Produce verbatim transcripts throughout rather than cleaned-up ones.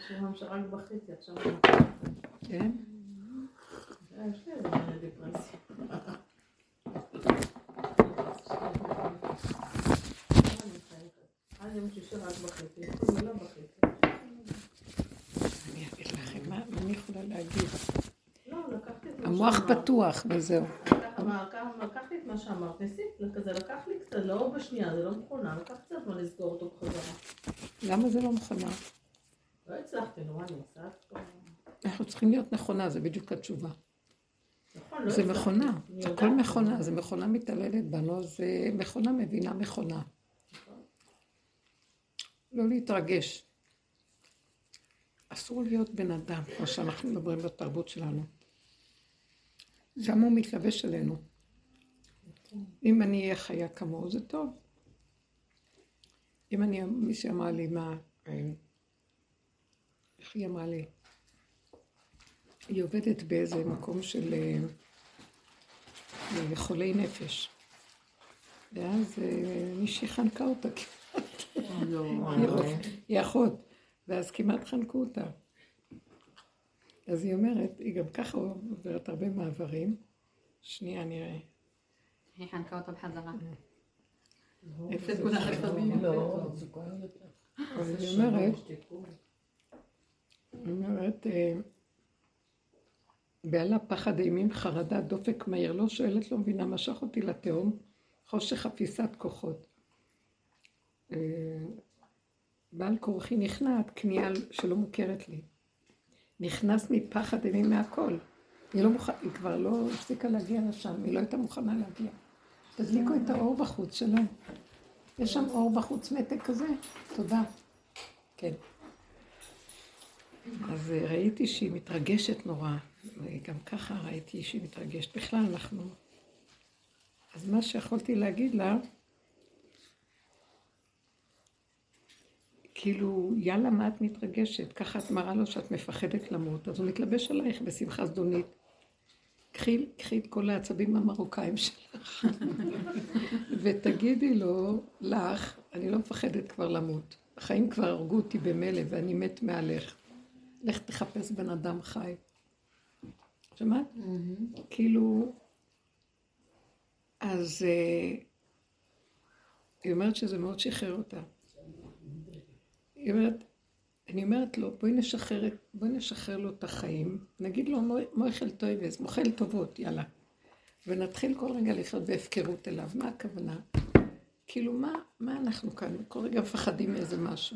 פעם שרק בכיתי, עכשיו... כן? יש לי איזה דיפרסיה. עד יום שישי רק בכיתי, אני לא בכיתי. אני אגיד לכם, מה אני יכולה להגיד? לא, לקחתי את מה המוח שאמרת. פתוח וזהו. לקחתי את מה שאמרת, ניסית, כזה לקח לי קצת, לא בשנייה, זה לא מכונה, לקח קצת מה לסגור אותו בחזרה. למה זה לא מכונה? לא הצלחתי, נורא אני עושה פה. אנחנו צריכים להיות נכונה, זה בדיוק התשובה. נכון, לא זה הצלחתי. מכונה, הכל מכונה, זה מכונה מתעללת בנו, זה מכונה מבינה מכונה. לא להתרגש. אסור להיות בן אדם, כמו שאנחנו מדברים בתרבות שלנו. שם הוא מתלבש עלינו. אם אני אהיה חיה כמוהו, זה טוב. אם אני, מי שאמרה לי, מה, איך היא אמרה לי? היא עובדת באיזה מקום של חולי נפש. ואז מישהי חנקה אותה כמעט. היא אחות, ואז כמעט חנקו אותה. אז היא אומרת, היא גם ככה עוברת הרבה מעברים. שנייה, נראה. היא חנקה אותה בחזרה. איפה זה כולה חכמים. לא, אז היא אומרת, היא אומרת, בעלה פחד אימים, חרדה, דופק מהיר, לא שואלת, לא מבינה, משך אותי לתהום, חושך אפיסת כוחות. בעל כורחי נכנעת, כניעה שלא מוכרת לי. נכנס מפחד אימים מהכל. היא, לא מוכ... היא כבר לא הפסיקה להגיע לשם, היא לא הייתה מוכנה להגיע. תדליקו את האור בחוץ שלהם. יש שם אור בחוץ מתק כזה? תודה. כן. אז ראיתי שהיא מתרגשת נורא, וגם ככה ראיתי שהיא מתרגשת. בכלל אנחנו... אז מה שיכולתי להגיד לה, כאילו, יאללה, מה את מתרגשת? ככה את מראה לו שאת מפחדת למות, אז הוא מתלבש עלייך בשמחה זדונית. קחי, קחי את כל העצבים המרוקאים שלך, ותגידי לו, לך, אני לא מפחדת כבר למות. החיים כבר הרגו אותי במלא, ואני מת מעליך. לך תחפש בן אדם חי. שמעת? כאילו, אז היא אומרת שזה מאוד שחרר אותה. היא אומרת, אני אומרת לו, בואי נשחרר, בואי נשחרר לו את החיים, נגיד לו, מויכל טויבס, מוכל טובות, יאללה. ונתחיל כל רגע לחיות בהפקרות אליו. מה הכוונה? כאילו, מה, מה אנחנו כאן? כל רגע מפחדים מאיזה משהו.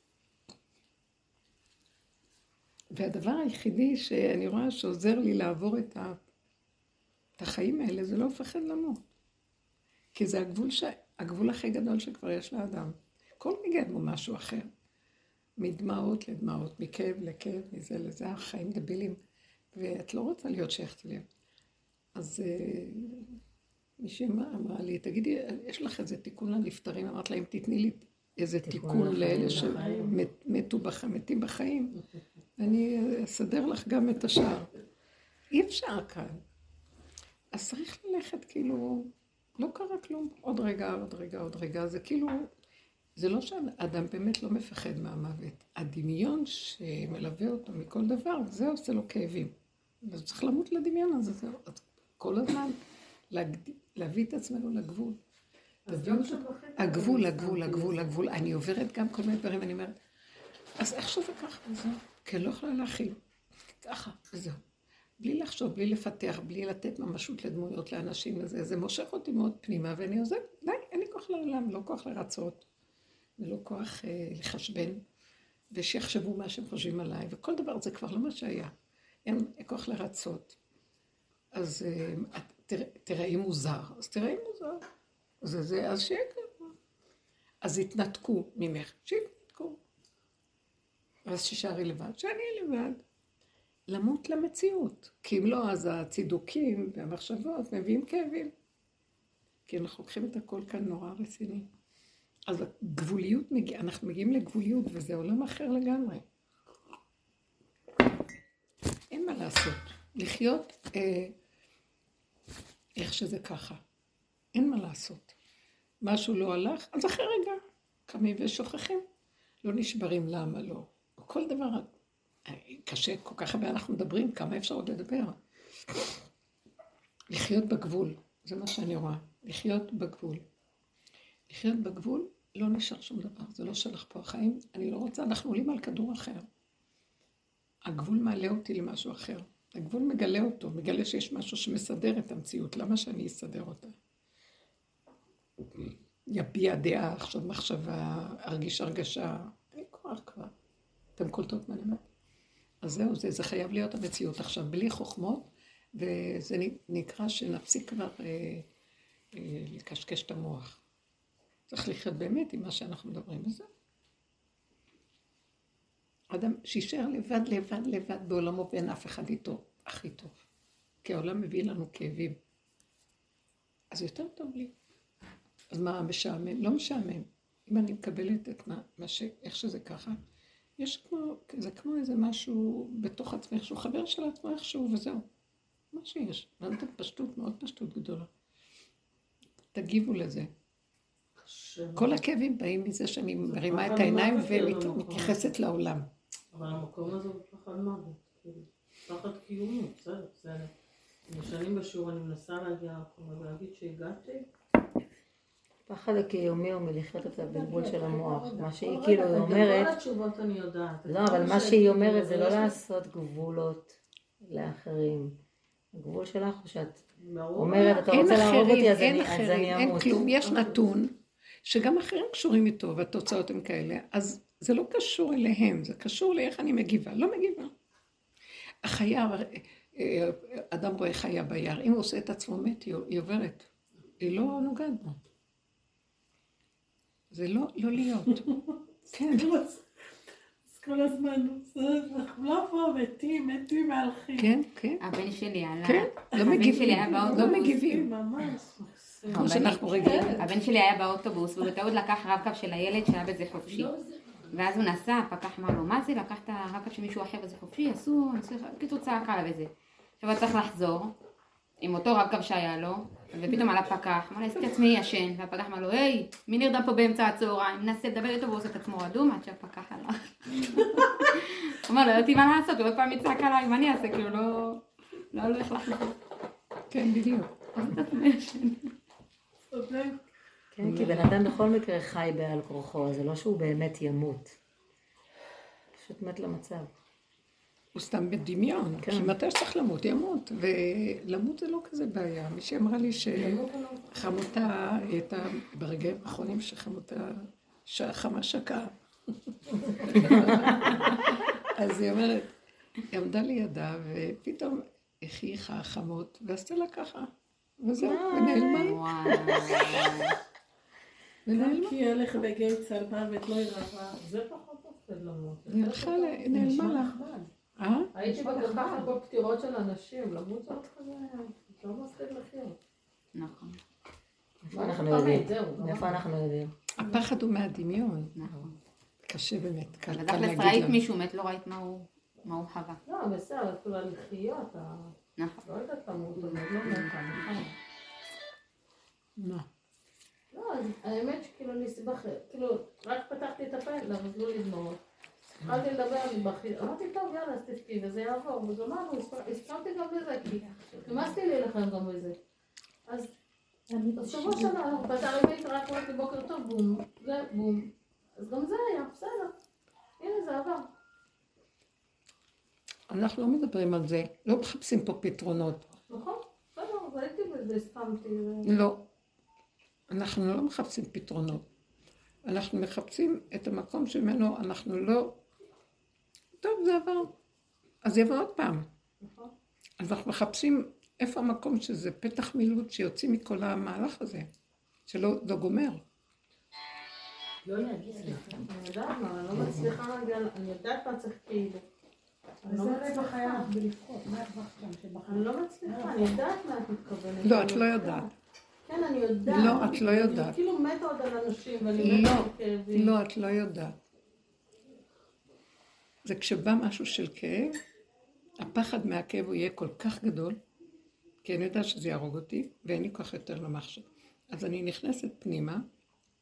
והדבר היחידי שאני רואה שעוזר לי לעבור את, ה... את החיים האלה, זה לא מפחד למות. כי זה הגבול, ש... הגבול הכי גדול שכבר יש לאדם. כל מגד הוא משהו אחר. מדמעות לדמעות, מכאב לכאב, מזה לזה, החיים דבילים. ואת לא רוצה להיות שייכת אליהם. אז מישהי אמרה לי, תגידי, יש לך איזה תיקון לנפטרים? אמרת לה, אם תתני לי איזה תיקון לאלה שמתו בחיים, מתים בחיים, אני אסדר לך גם את השאר. אי אפשר כאן. אז צריך ללכת כאילו, לא קרה כלום, עוד רגע, עוד רגע, עוד רגע, זה כאילו, זה לא שאדם באמת לא מפחד מהמוות. הדמיון שמלווה אותו מכל דבר, זה עושה לו כאבים. אז צריך למות לדמיון הזה, זהו. כל הזמן להביא את עצמנו לגבול. הגבול, הגבול, הגבול, הגבול. אני עוברת גם כל מיני דברים, אני אומרת, אז איך שזה ככה, וזהו. כי אני לא יכולה להכיל. ככה, וזהו. בלי לחשוב, בלי לפתח, בלי לתת ממשות לדמויות לאנשים הזה. זה מושך אותי מאוד פנימה, ואני עוזב, די, אין לי כוח לעולם, לא כוח לרצות, ולא כוח אה, לחשבן, ושיחשבו מה שהם חושבים עליי, וכל דבר זה כבר לא מה שהיה. אין כוח לרצות. אז אה, תרא, תראי מוזר, אז תראי מוזר. זה זה, אז שיהיה ככה. אז התנתקו ממך, שיתנתקו. אז ששארי לבד, שאני לבד. למות למציאות. כי אם לא, אז הצידוקים והמחשבות מביאים כאבים. כי אנחנו לוקחים את הכל כאן נורא רציני. אז הגבוליות, מגיע, אנחנו מגיעים לגבוליות, וזה עולם אחר לגמרי. אין מה לעשות. לחיות אה, איך שזה ככה. אין מה לעשות. משהו לא הלך, אז אחרי רגע קמים ושוכחים. לא נשברים, למה לא? כל דבר קשה, כל כך הרבה אנחנו מדברים, כמה אפשר עוד לדבר. לחיות בגבול, זה מה שאני רואה, לחיות בגבול. לחיות בגבול לא נשאר שום דבר, זה לא שלך פה החיים, אני לא רוצה, אנחנו עולים על כדור אחר. הגבול מעלה אותי למשהו אחר. הגבול מגלה אותו, מגלה שיש משהו שמסדר את המציאות, למה שאני אסדר אותה? יביע דעה, עכשיו מחשבה, ארגיש הרגשה, אני כוח כבר. אתם קולטות מה אני אומרת? אז זהו, זה, זה חייב להיות המציאות עכשיו, בלי חוכמות, וזה נקרא שנפסיק כבר אה, אה, לקשקש את המוח. צריך לחיות באמת עם מה שאנחנו מדברים בזה. אדם שישאר לבד, לבד, לבד בעולמו ואין אף אחד איתו הכי טוב. כי העולם מביא לנו כאבים. אז יותר טוב לי. אז מה משעמם? לא משעמם. אם אני מקבלת את מה, מה ש... איך שזה ככה, יש כמו, זה כמו איזה משהו בתוך עצמך, שהוא חבר של עצמו איכשהו וזהו. מה שיש. נתת פשטות, מאוד פשטות גדולה. תגיבו לזה. כל הכאבים באים מזה שאני מרימה את העיניים ומתייחסת לעולם. אבל המקום הזה הוא פחד מוות, כאילו, פחד קיומי, בסדר, בסדר. משנים בשיעור אני מנסה להגיע, ולהגיד שהגעתי. פחד הקיומי הוא מלחיות את הבלבול של המוח, מה שהיא כאילו אומרת... כל התשובות אני יודעת. לא, אבל מה שהיא אומרת זה לא לעשות גבולות לאחרים. הגבול שלך הוא שאת אומרת, אתה רוצה להרוג אותי, אז אני אמות. אין כלום, יש נתון שגם אחרים קשורים איתו, והתוצאות הן כאלה, אז זה לא קשור אליהם, זה קשור לאיך אני מגיבה, לא מגיבה. החיה, אדם רואה חיה ביער, אם הוא עושה את עצמו מת, היא עוברת, היא לא נוגעת בו. זה לא, לא להיות. כן. אז כל הזמן, אנחנו לא פה מתים, מתים מהלכים. כן, כן. הבן שלי עלה, כן, לא מגיבים, לא מגיבים. ממש. כמו שאנחנו רגילים. הבן שלי היה באוטובוס, ובטעות לקח רב-קו של הילד שהיה בזה חופשי. ואז הוא נסע, הפקח אמר לו, מה זה? לקח את הרב-קו של מישהו אחר בזה חופשי, עשו, קיצור צעק עליו וזה. עכשיו הוא צריך לחזור, עם אותו רב-קו שהיה לו, ופתאום עלה פקח, אמר לי, עשיתי עצמי ישן, והפקח אמר לו, היי, מי נרדם פה באמצע הצהריים? מנסה לדבר איתו והוא עושה את עצמו אדום, עד שהפקח הלך. הוא אמר, לא יודעתי מה לעשות, הוא עוד פעם יצעק עליי, מה אני אעשה? כאילו, לא, לא הולך לחזור. כן, בדיוק. עשית עצמי ישן. כן, כי בן אדם בכל מקרה חי בעל כורחו, זה לא שהוא באמת ימות. פשוט מת למצב. הוא סתם בדמיון, כי מתי שצריך למות, ימות, ולמות זה לא כזה בעיה. מישהי אמרה לי שחמותה הייתה, ברגעים האחרונים שחמותה חמה שקעה. אז היא אומרת, היא עמדה לידה, ופתאום הכיחה חמות, ועשתה לה ככה, וזהו, ונעלמה. ונעלמה. כי ילך בגי צל מוות לא יראה. זה פחות אופן למות. היא הלכה, נעלמה לה. הייתי בכל כך הרבה פטירות של אנשים, למות זה עוד כזה, לא מספיק לחיות. נכון. איפה אנחנו יודעים? איפה אנחנו יודעים? הפחד הוא מהדמיון. נכון. קשה באמת, קל אז להגיד לך ראית לנו. מישהו מת, לא ראית מה הוא חווה. לא, בסדר, כאילו לחיות, נכון. לא יודעת למות, אבל לא מתה, נכון. לא. לא, אז האמת שכאילו נסבך, כאילו, רק פתחתי את הפה, למזלו לדמעות. התחלתי לדבר, אמרתי, טוב, יאללה, אז תפקי, וזה יעבור, וגמרנו, הסכמתי גם בזה, כי נמאסתי לי לכם גם בזה. אז שבוע שנה, פתר לי רק אמרתי בוקר טוב, בום, זה, בום. אז גם זה היה, בסדר. הנה, זה עבר. אנחנו לא מדברים על זה, לא מחפשים פה פתרונות. נכון, בסדר, אז הייתי בזה, הסכמתי. לא. אנחנו לא מחפשים פתרונות. אנחנו מחפשים את המקום שממנו אנחנו לא... טוב, זה עבר. אז יבוא עוד פעם. נכון. אז אנחנו מחפשים איפה המקום שזה פתח מילוט שיוצאים מכל המהלך הזה, שלא לא גומר. לא להגיד סליחה. אני יודעת מה, אני לא מצליחה להגיע, אני יודעת מה צריך כאילו. אני לא מצליחה. אני לא מצליחה, אני יודעת מה את מתכוונת. לא, את לא יודעת. כן, אני יודעת. לא, את לא יודעת. אני כאילו מתה עוד על אנשים, ואני מתה על כאבים. לא, את לא יודעת. זה כשבא משהו של כאב, הפחד מהכאב הוא יהיה כל כך גדול, כי אני יודעת שזה יהרוג אותי, ואין לי כוח יותר למחשב. אז אני נכנסת פנימה,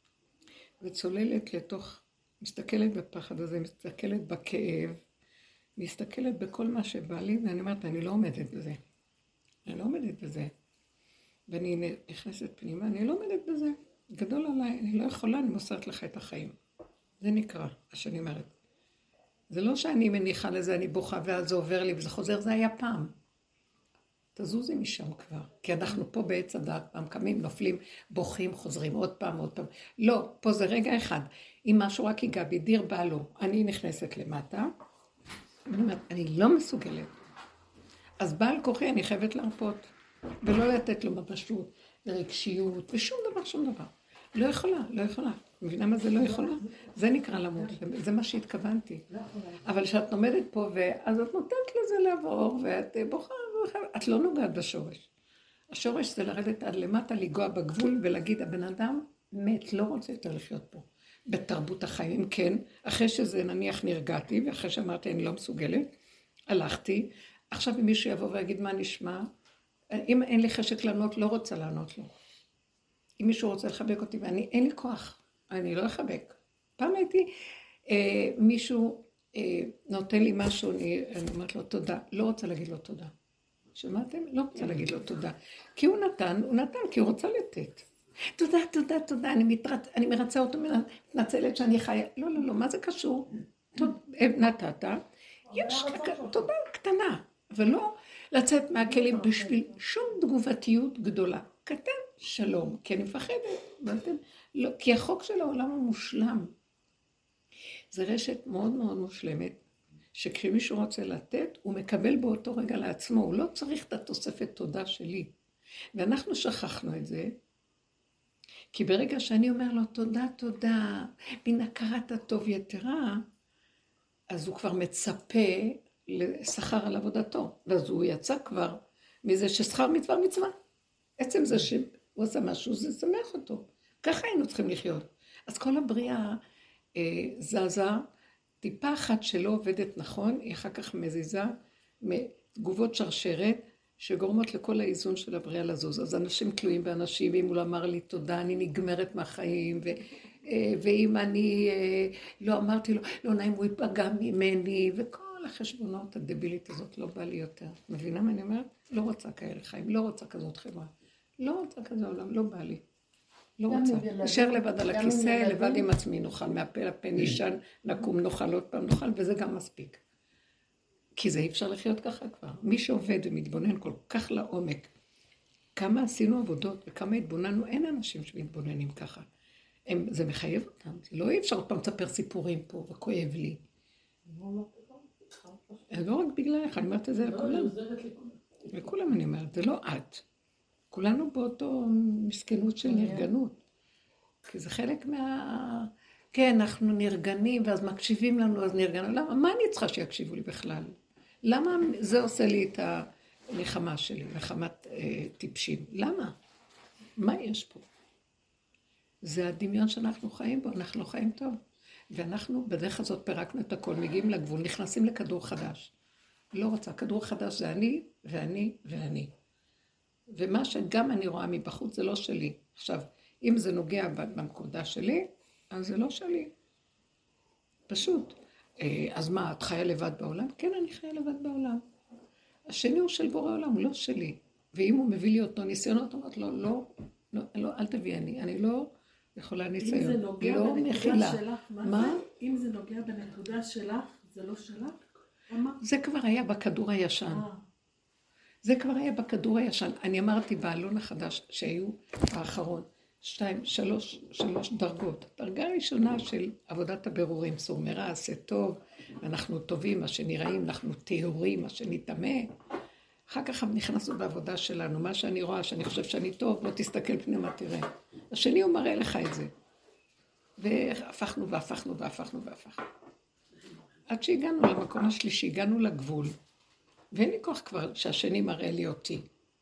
וצוללת לתוך, מסתכלת בפחד הזה, מסתכלת בכאב, מסתכלת בכל מה שבא לי, ואני אומרת, אני לא עומדת בזה. אני לא עומדת בזה. ואני נכנסת פנימה, אני לא עומדת בזה. גדול עליי, אני לא יכולה, אני מוסרת לך את החיים. זה נקרא, מה שאני אומרת. זה לא שאני מניחה לזה, אני בוכה, ואז זה עובר לי, וזה חוזר, זה היה פעם. תזוזי משם כבר, כי אנחנו פה בעץ הדעת, פעם קמים, נופלים, בוכים, חוזרים עוד פעם, עוד פעם. לא, פה זה רגע אחד. אם משהו רק ייגע בי, דיר בא לו, אני נכנסת למטה, ואני אומרת, אני לא מסוגלת. אז בעל כוחי, אני חייבת להרפות, ולא לתת לו ממשות, ורגשיות, ושום דבר, שום דבר. לא יכולה, לא יכולה. מבינה מה זה לא יכולה? זה נקרא למות, זה מה שהתכוונתי. אבל כשאת עומדת פה, אז את נותנת לזה לעבור, ואת בוכה, את לא נוגעת בשורש. השורש זה לרדת עד למטה, לגוע בגבול ולהגיד, הבן אדם מת, לא רוצה יותר לחיות פה. בתרבות החיים, אם כן, אחרי שזה נניח נרגעתי, ואחרי שאמרתי אני לא מסוגלת, הלכתי, עכשיו אם מישהו יבוא ויגיד מה נשמע, אם אין לי חשק לענות, לא רוצה לענות לו. אם מישהו רוצה לחבק אותי, ואני, אין לי כוח, אני לא אחבק. פעם הייתי, אה, מישהו אה, נותן לי משהו, אני, אני אומרת לו תודה, לא רוצה להגיד לו תודה. שמעתם? לא רוצה להגיד לו תודה. כי הוא נתן, הוא נתן, כי הוא רוצה לתת. תודה, תודה, תודה, אני, מתרצ... אני מרצה אותו, מתנצלת שאני חיה. לא, לא, לא, מה זה קשור? תודה, נתת, יש תודה קטנה, אבל לא לצאת מהכלים בשביל שום תגובתיות גדולה. קטן, שלום, כי אני מפחדת, ואתם, לא, כי החוק של העולם הוא מושלם. זה רשת מאוד מאוד מושלמת, שכשמישהו רוצה לתת, הוא מקבל באותו רגע לעצמו, הוא לא צריך את התוספת תודה שלי. ואנחנו שכחנו את זה, כי ברגע שאני אומר לו תודה, תודה, מן הכרת הטוב יתרה, אז הוא כבר מצפה לשכר על עבודתו, ואז הוא יצא כבר מזה ששכר מצווה מצווה. עצם זה שהוא עושה משהו, זה שמח אותו. ככה היינו צריכים לחיות. אז כל הבריאה אה, זזה, טיפה אחת שלא עובדת נכון, היא אחר כך מזיזה מתגובות שרשרת, שגורמות לכל האיזון של הבריאה לזוז. אז אנשים תלויים באנשים, ואם הוא לא אמר לי תודה, אני נגמרת מהחיים, ו, אה, ואם אני אה, לא אמרתי לו, לא נעים, הוא ייפגע ממני, וכל החשבונות הדבילית הזאת לא בא לי יותר. מבינה מה אני אומרת? לא רוצה כאלה חיים, לא רוצה כזאת חברה. לא רוצה כזה עולם, לא בא לי. לא רוצה. נשאר לבד על הכיסא, לבד עם עצמי נאכל, מהפה לפה נשען, נקום נאכל עוד פעם נאכל, וזה גם מספיק. כי זה אי אפשר לחיות ככה כבר. מי שעובד ומתבונן כל כך לעומק, כמה עשינו עבודות וכמה התבוננו, אין אנשים שמתבוננים ככה. הם, זה מחייב אותם, זה לא אי אפשר עוד פעם לספר סיפורים פה, וכואב לי. לא רק בגללך, אני אומרת את זה לכולם. לכולם אני אומרת, זה לא את. כולנו באותו מסכנות של נרגנות. כי זה חלק מה... כן, אנחנו נרגנים, ואז מקשיבים לנו, אז נרגנו. למה? מה אני צריכה שיקשיבו לי בכלל? למה זה עושה לי את הנחמה שלי, נחמת אה, טיפשים? למה? מה יש פה? זה הדמיון שאנחנו חיים בו, אנחנו חיים טוב. ואנחנו בדרך הזאת פירקנו את הכל, מגיעים לגבול, נכנסים לכדור חדש. לא רוצה, כדור חדש זה אני, ואני, ואני. ומה שגם אני רואה מבחוץ זה לא שלי. עכשיו, אם זה נוגע במקודה שלי, אז זה לא שלי. פשוט. אז מה, את חיה לבד בעולם? כן, אני חיה לבד בעולם. השני הוא של בורא עולם, הוא לא שלי. ואם הוא מביא לי אותו ניסיונות, אומרת לו, לא, לא, לא, אל תביא אני, אני לא יכולה ניסיון. אם זה נוגע לא בנקודה מכילה. שלך, מה, מה? זה? אם זה נוגע בנקודה שלך, זה לא שלך? מה? זה כבר היה בכדור הישן. זה כבר היה בכדור הישן. אני אמרתי בעלון החדש שהיו האחרון, שתיים, שלוש, שלוש דרגות. דרגה ראשונה של עבודת הבירורים, סור מרע, עשה טוב, אנחנו טובים, מה שנראים, אנחנו טהורים, מה שנטמא. אחר כך נכנסנו בעבודה שלנו, מה שאני רואה, שאני חושב שאני טוב, לא תסתכל פנימה, תראה. השני הוא מראה לך את זה. והפכנו והפכנו והפכנו והפכנו. עד שהגענו למקום השלישי, הגענו לגבול. ואין לי כוח כבר שהשני מראה לי אותי.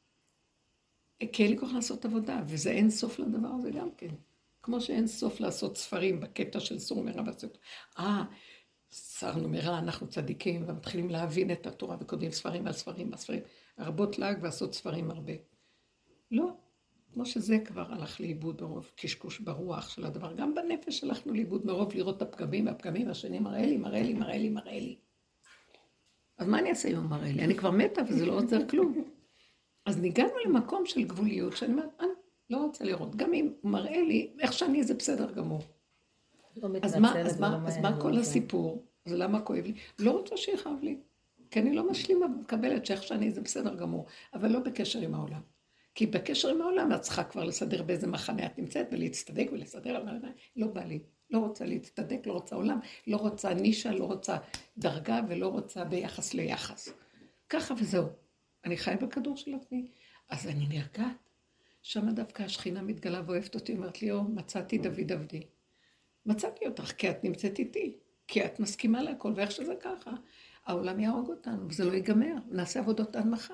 כי אין לי כוח לעשות עבודה, וזה אין סוף לדבר הזה גם כן. כמו שאין סוף לעשות ספרים בקטע של סור מרע ועשות. אה, סרנו מרע, אנחנו צדיקים, ומתחילים להבין את התורה, וכותבים ספרים על ספרים על ספרים, הרבות להג ועשות ספרים הרבה. לא, כמו שזה כבר הלך לאיבוד ברוב קשקוש ברוח של הדבר. גם בנפש הלכנו לאיבוד מרוב לראות את הפגמים, והפגמים השני מראה לי, מראה לי, מראה לי, מראה לי. אז מה אני אעשה אם הוא מראה לי? אני כבר מתה וזה לא עוזר כלום. אז ניגענו למקום של גבוליות, שאני אומרת, אני לא רוצה לראות. גם אם הוא מראה לי, איך שאני זה בסדר גמור. לא אז מה, מתנצלת אז ולא מה, אז מהר, מה כל לא הסיפור? אז למה כואב לי? לא רוצה שיכאב לי. כי אני לא משלימה ומקבלת שאיך שאני זה בסדר גמור, אבל לא בקשר עם העולם. כי בקשר עם העולם את צריכה כבר לסדר באיזה מחנה את נמצאת ולהצטדק ולסדר, לא בא לי. לא רוצה להצטדק, לא רוצה עולם, לא רוצה נישה, לא רוצה דרגה ולא רוצה ביחס ליחס. ככה וזהו. אני חי בכדור של עצמי, אז אני נרגעת. שם דווקא השכינה מתגלה ואוהבת אותי, אומרת לי, או, מצאתי דוד עבדי. מצאתי אותך, כי את נמצאת איתי, כי את מסכימה להכל, ואיך שזה ככה, העולם יהרוג אותנו, וזה לא ייגמר, נעשה עבודות עד מחר.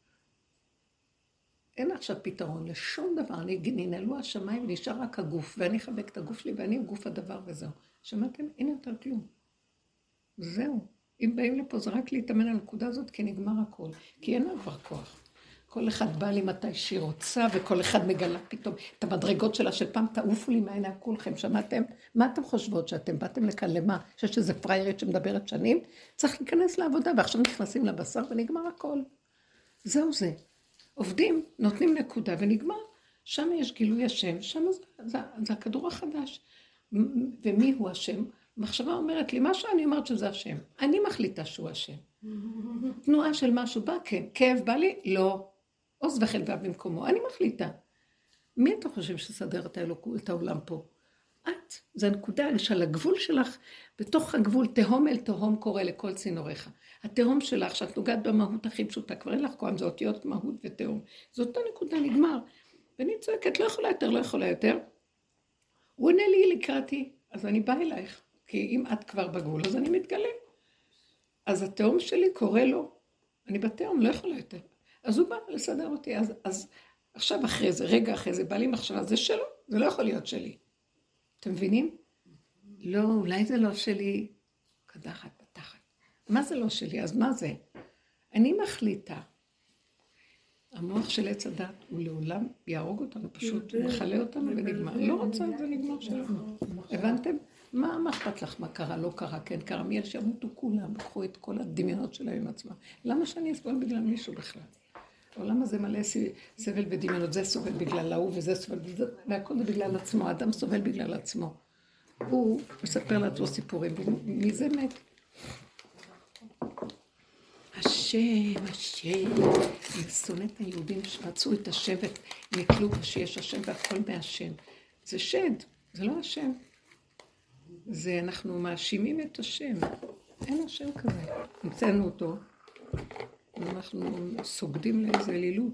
אין עכשיו פתרון לשום דבר, ננעלו השמיים ונשאר רק הגוף, ואני אחבק את הגוף שלי, ואני גוף הדבר וזהו. שמעתם? אין יותר כלום. זהו. אם באים לפה זה רק להתאמן על הנקודה הזאת, כי נגמר הכל. כי אין כבר כוח. כל אחד בא לי מתי שהיא רוצה, וכל אחד מגלה פתאום את המדרגות שלה, של פעם תעופו לי מהעיניים כולכם, שמעתם? מה אתם חושבות שאתם באתם לכאן למה? שיש איזה פריירית שמדברת שנים? צריך להיכנס לעבודה, ועכשיו נכנסים לבשר ונגמר הכל. זהו זה. עובדים, נותנים נקודה ונגמר. שם יש גילוי השם, שם זה, זה, זה הכדור החדש. ומי הוא השם? מחשבה אומרת לי, מה שאני אומרת שזה השם. אני מחליטה שהוא השם. תנועה של משהו בא, כן. כאב בא לי? לא. עוז וחלבה במקומו. אני מחליטה. מי אתה חושב שסדר את האלוקות, את העולם פה? את. זה הנקודה של הגבול שלך, בתוך הגבול, תהום אל תהום קורא לכל צינוריך. התהום שלך, שאת נוגעת במהות הכי פשוטה, כבר אין לך כהן, זה אותיות מהות ותהום. זאת הנקודה, נגמר. ואני צועקת, לא יכולה יותר, לא יכולה יותר. הוא עונה לי לקראתי, אז אני באה אלייך. כי אם את כבר בגבול, אז אני מתגלה. אז התהום שלי קורא לו, אני בתהום, לא יכולה יותר. אז הוא בא לסדר אותי, אז, אז עכשיו אחרי זה, רגע אחרי זה, בא לי מחשבה, זה שלו, זה לא יכול להיות שלי. אתם מבינים? לא, אולי זה לא שלי, קדחת בתחת. מה זה לא שלי? אז מה זה? אני מחליטה. המוח של עץ הדת הוא לעולם יהרוג אותנו, פשוט מחלה אותנו ונגמר. לא רוצה, זה נגמר שלנו. הבנתם? מה, מה אכפת לך? מה קרה? לא קרה, כן קרה. מי שימותו כולם, לקחו את כל הדמיונות שלהם עם עצמם. למה שאני אסבול בגלל מישהו בכלל? העולם הזה מלא סבל ודמיונות, זה סובל בגלל ההוא וזה סובל, והכל זה בגלל עצמו, האדם סובל בגלל עצמו. הוא מספר לעצמו סיפורים, ומזה מת. השם, השם, אני שונאת היהודים שמצאו את השם ונקלו שיש השם והכל מהשם. זה שד, זה לא השם. זה אנחנו מאשימים את השם. אין השם כזה. נמצאנו אותו. אנחנו סוגדים לאיזה אלילות.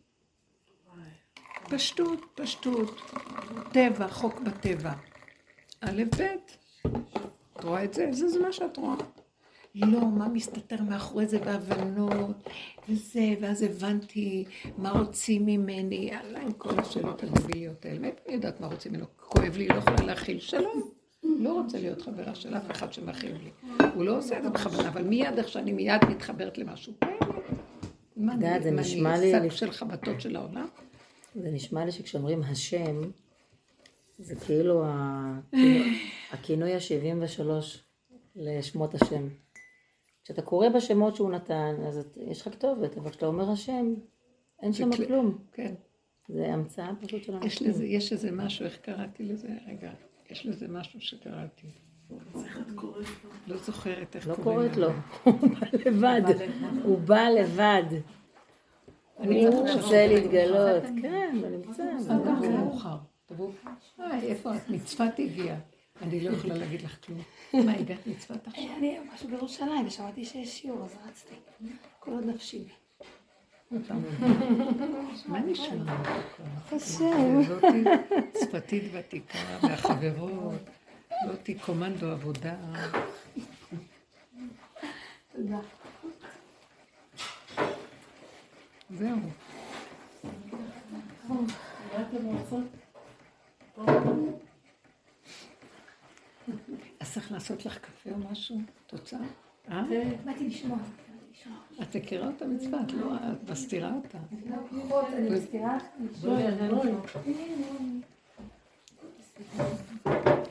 פשטות, פשטות. טבע, חוק בטבע. א' ב'. את רואה את זה? זה זה מה שאת רואה. לא, מה מסתתר מאחורי זה בהבנות, וזה, ואז הבנתי מה רוצים ממני, יאללה, עם כל השאלות הדביליות האלה. מאיפה אני יודעת מה רוצים ממנו? כואב לי, לא יכולה להכיל שלום. לא רוצה להיות חברה של אף אחד שמכיל לי. הוא לא עושה את זה בכוונה, אבל מיד איך שאני מיד מתחברת למשהו. מה אני, זה מה נשמע אני, לי... שק של חבטות של העולם? זה נשמע לי שכשאומרים השם, זה כאילו הכינוי- הכינוי ה-שבעים ושלוש לשמות השם. כשאתה קורא בשמות שהוא נתן, אז את- יש לך כתובת, אבל כשאתה אומר השם, אין שם כל- כלום. כן. זה המצאה פשוט של יש אנשים. לזה, יש איזה משהו, איך קראתי לזה? רגע, יש לזה משהו שקראתי. איך את קוראת לו? לא זוכרת איך לא קוראים קוראת לזה. לו, הוא בא לבד, הוא בא לבד. אני הוא צריך רוצה להתגלות, כן, הוא נמצא. תבואו מאוחר. תבואו. אה, איפה את? מצפת הגיעה. אני לא יכולה להגיד לך כלום. מה, הגעת מצפת עכשיו? אני משהו בירושלים, ושמעתי שיש שיעור, אז רצתי. כל עוד נפשי בי. מה נשמע? השם. זאתי צפתית ותיקה, והחברות, זאתי קומנדו עבודה. תודה. זהו. אתם רוצות? אז צריך לעשות לך קפה או משהו? תוצאה? אה? באתי לשמוע. את מכירה אותה מצוות, לא? את מסתירה אותה. אני מזכירה.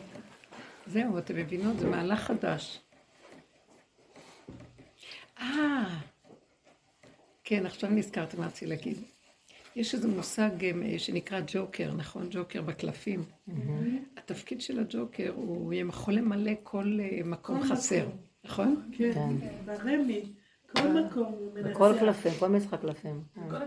זהו, אתם מבינות, זה מהלך חדש. אה, כן, עכשיו נזכרתי מה רציתי להגיד. יש איזה מושג שנקרא ג'וקר, נכון? ג'וקר בקלפים. התפקיד של הג'וקר הוא יכול למלא כל מקום חסר, נכון? כן, ברמי, כל מקום הוא מנצח. בכל קלפים, כל משחק קלפים.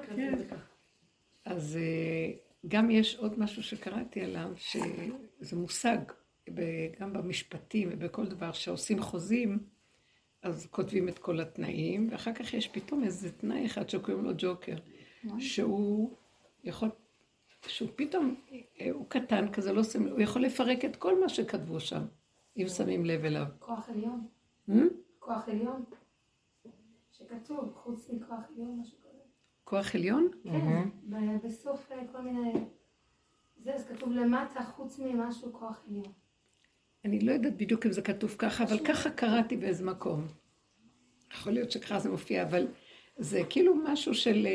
אז גם יש עוד משהו שקראתי עליו, שזה מושג, גם במשפטים ובכל דבר שעושים חוזים, אז כותבים את כל התנאים, ואחר כך יש פתאום איזה תנאי אחד שקוראים לו ג'וקר, שהוא יכול, שהוא פתאום, הוא קטן כזה, לא שמים, הוא יכול לפרק את כל מה שכתבו שם, אם שמים לב אליו. כוח עליון. כוח עליון. שכתוב, חוץ מכוח עליון, משהו כזה. כוח עליון? כן, בסוף כל מיני... זה, אז כתוב למטה, חוץ ממשהו כוח עליון. אני לא יודעת בדיוק אם זה כתוב ככה, אבל ככה קראתי באיזה מקום. יכול להיות שככה זה מופיע, אבל זה כאילו משהו של...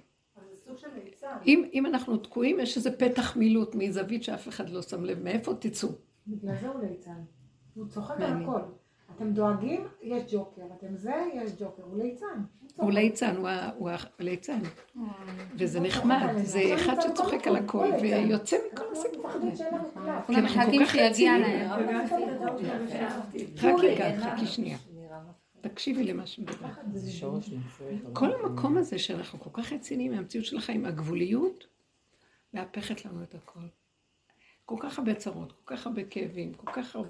אם, אם אנחנו תקועים, יש איזה פתח מילוט מזווית שאף אחד לא שם לב, מאיפה תצאו? בגלל זה הוא ליצן. הוא צוחק על הכל. אתם דואגים, יש ג'וקר. אתם זה, יש ג'וקר. הוא ליצן. הוא ליצן, הוא הליצן. וזה נחמד, זה אחד שצוחק על הכל ויוצא מכל הסיפור הזה. כי אנחנו כל כך רציניים. רק רגע, חכי שנייה. תקשיבי למה שמדבר. כל המקום הזה שאנחנו כל כך רציניים מהמציאות של החיים, הגבוליות, להפכת לנו את הכל. כל כך הרבה צרות, כל כך הרבה כאבים, כל כך הרבה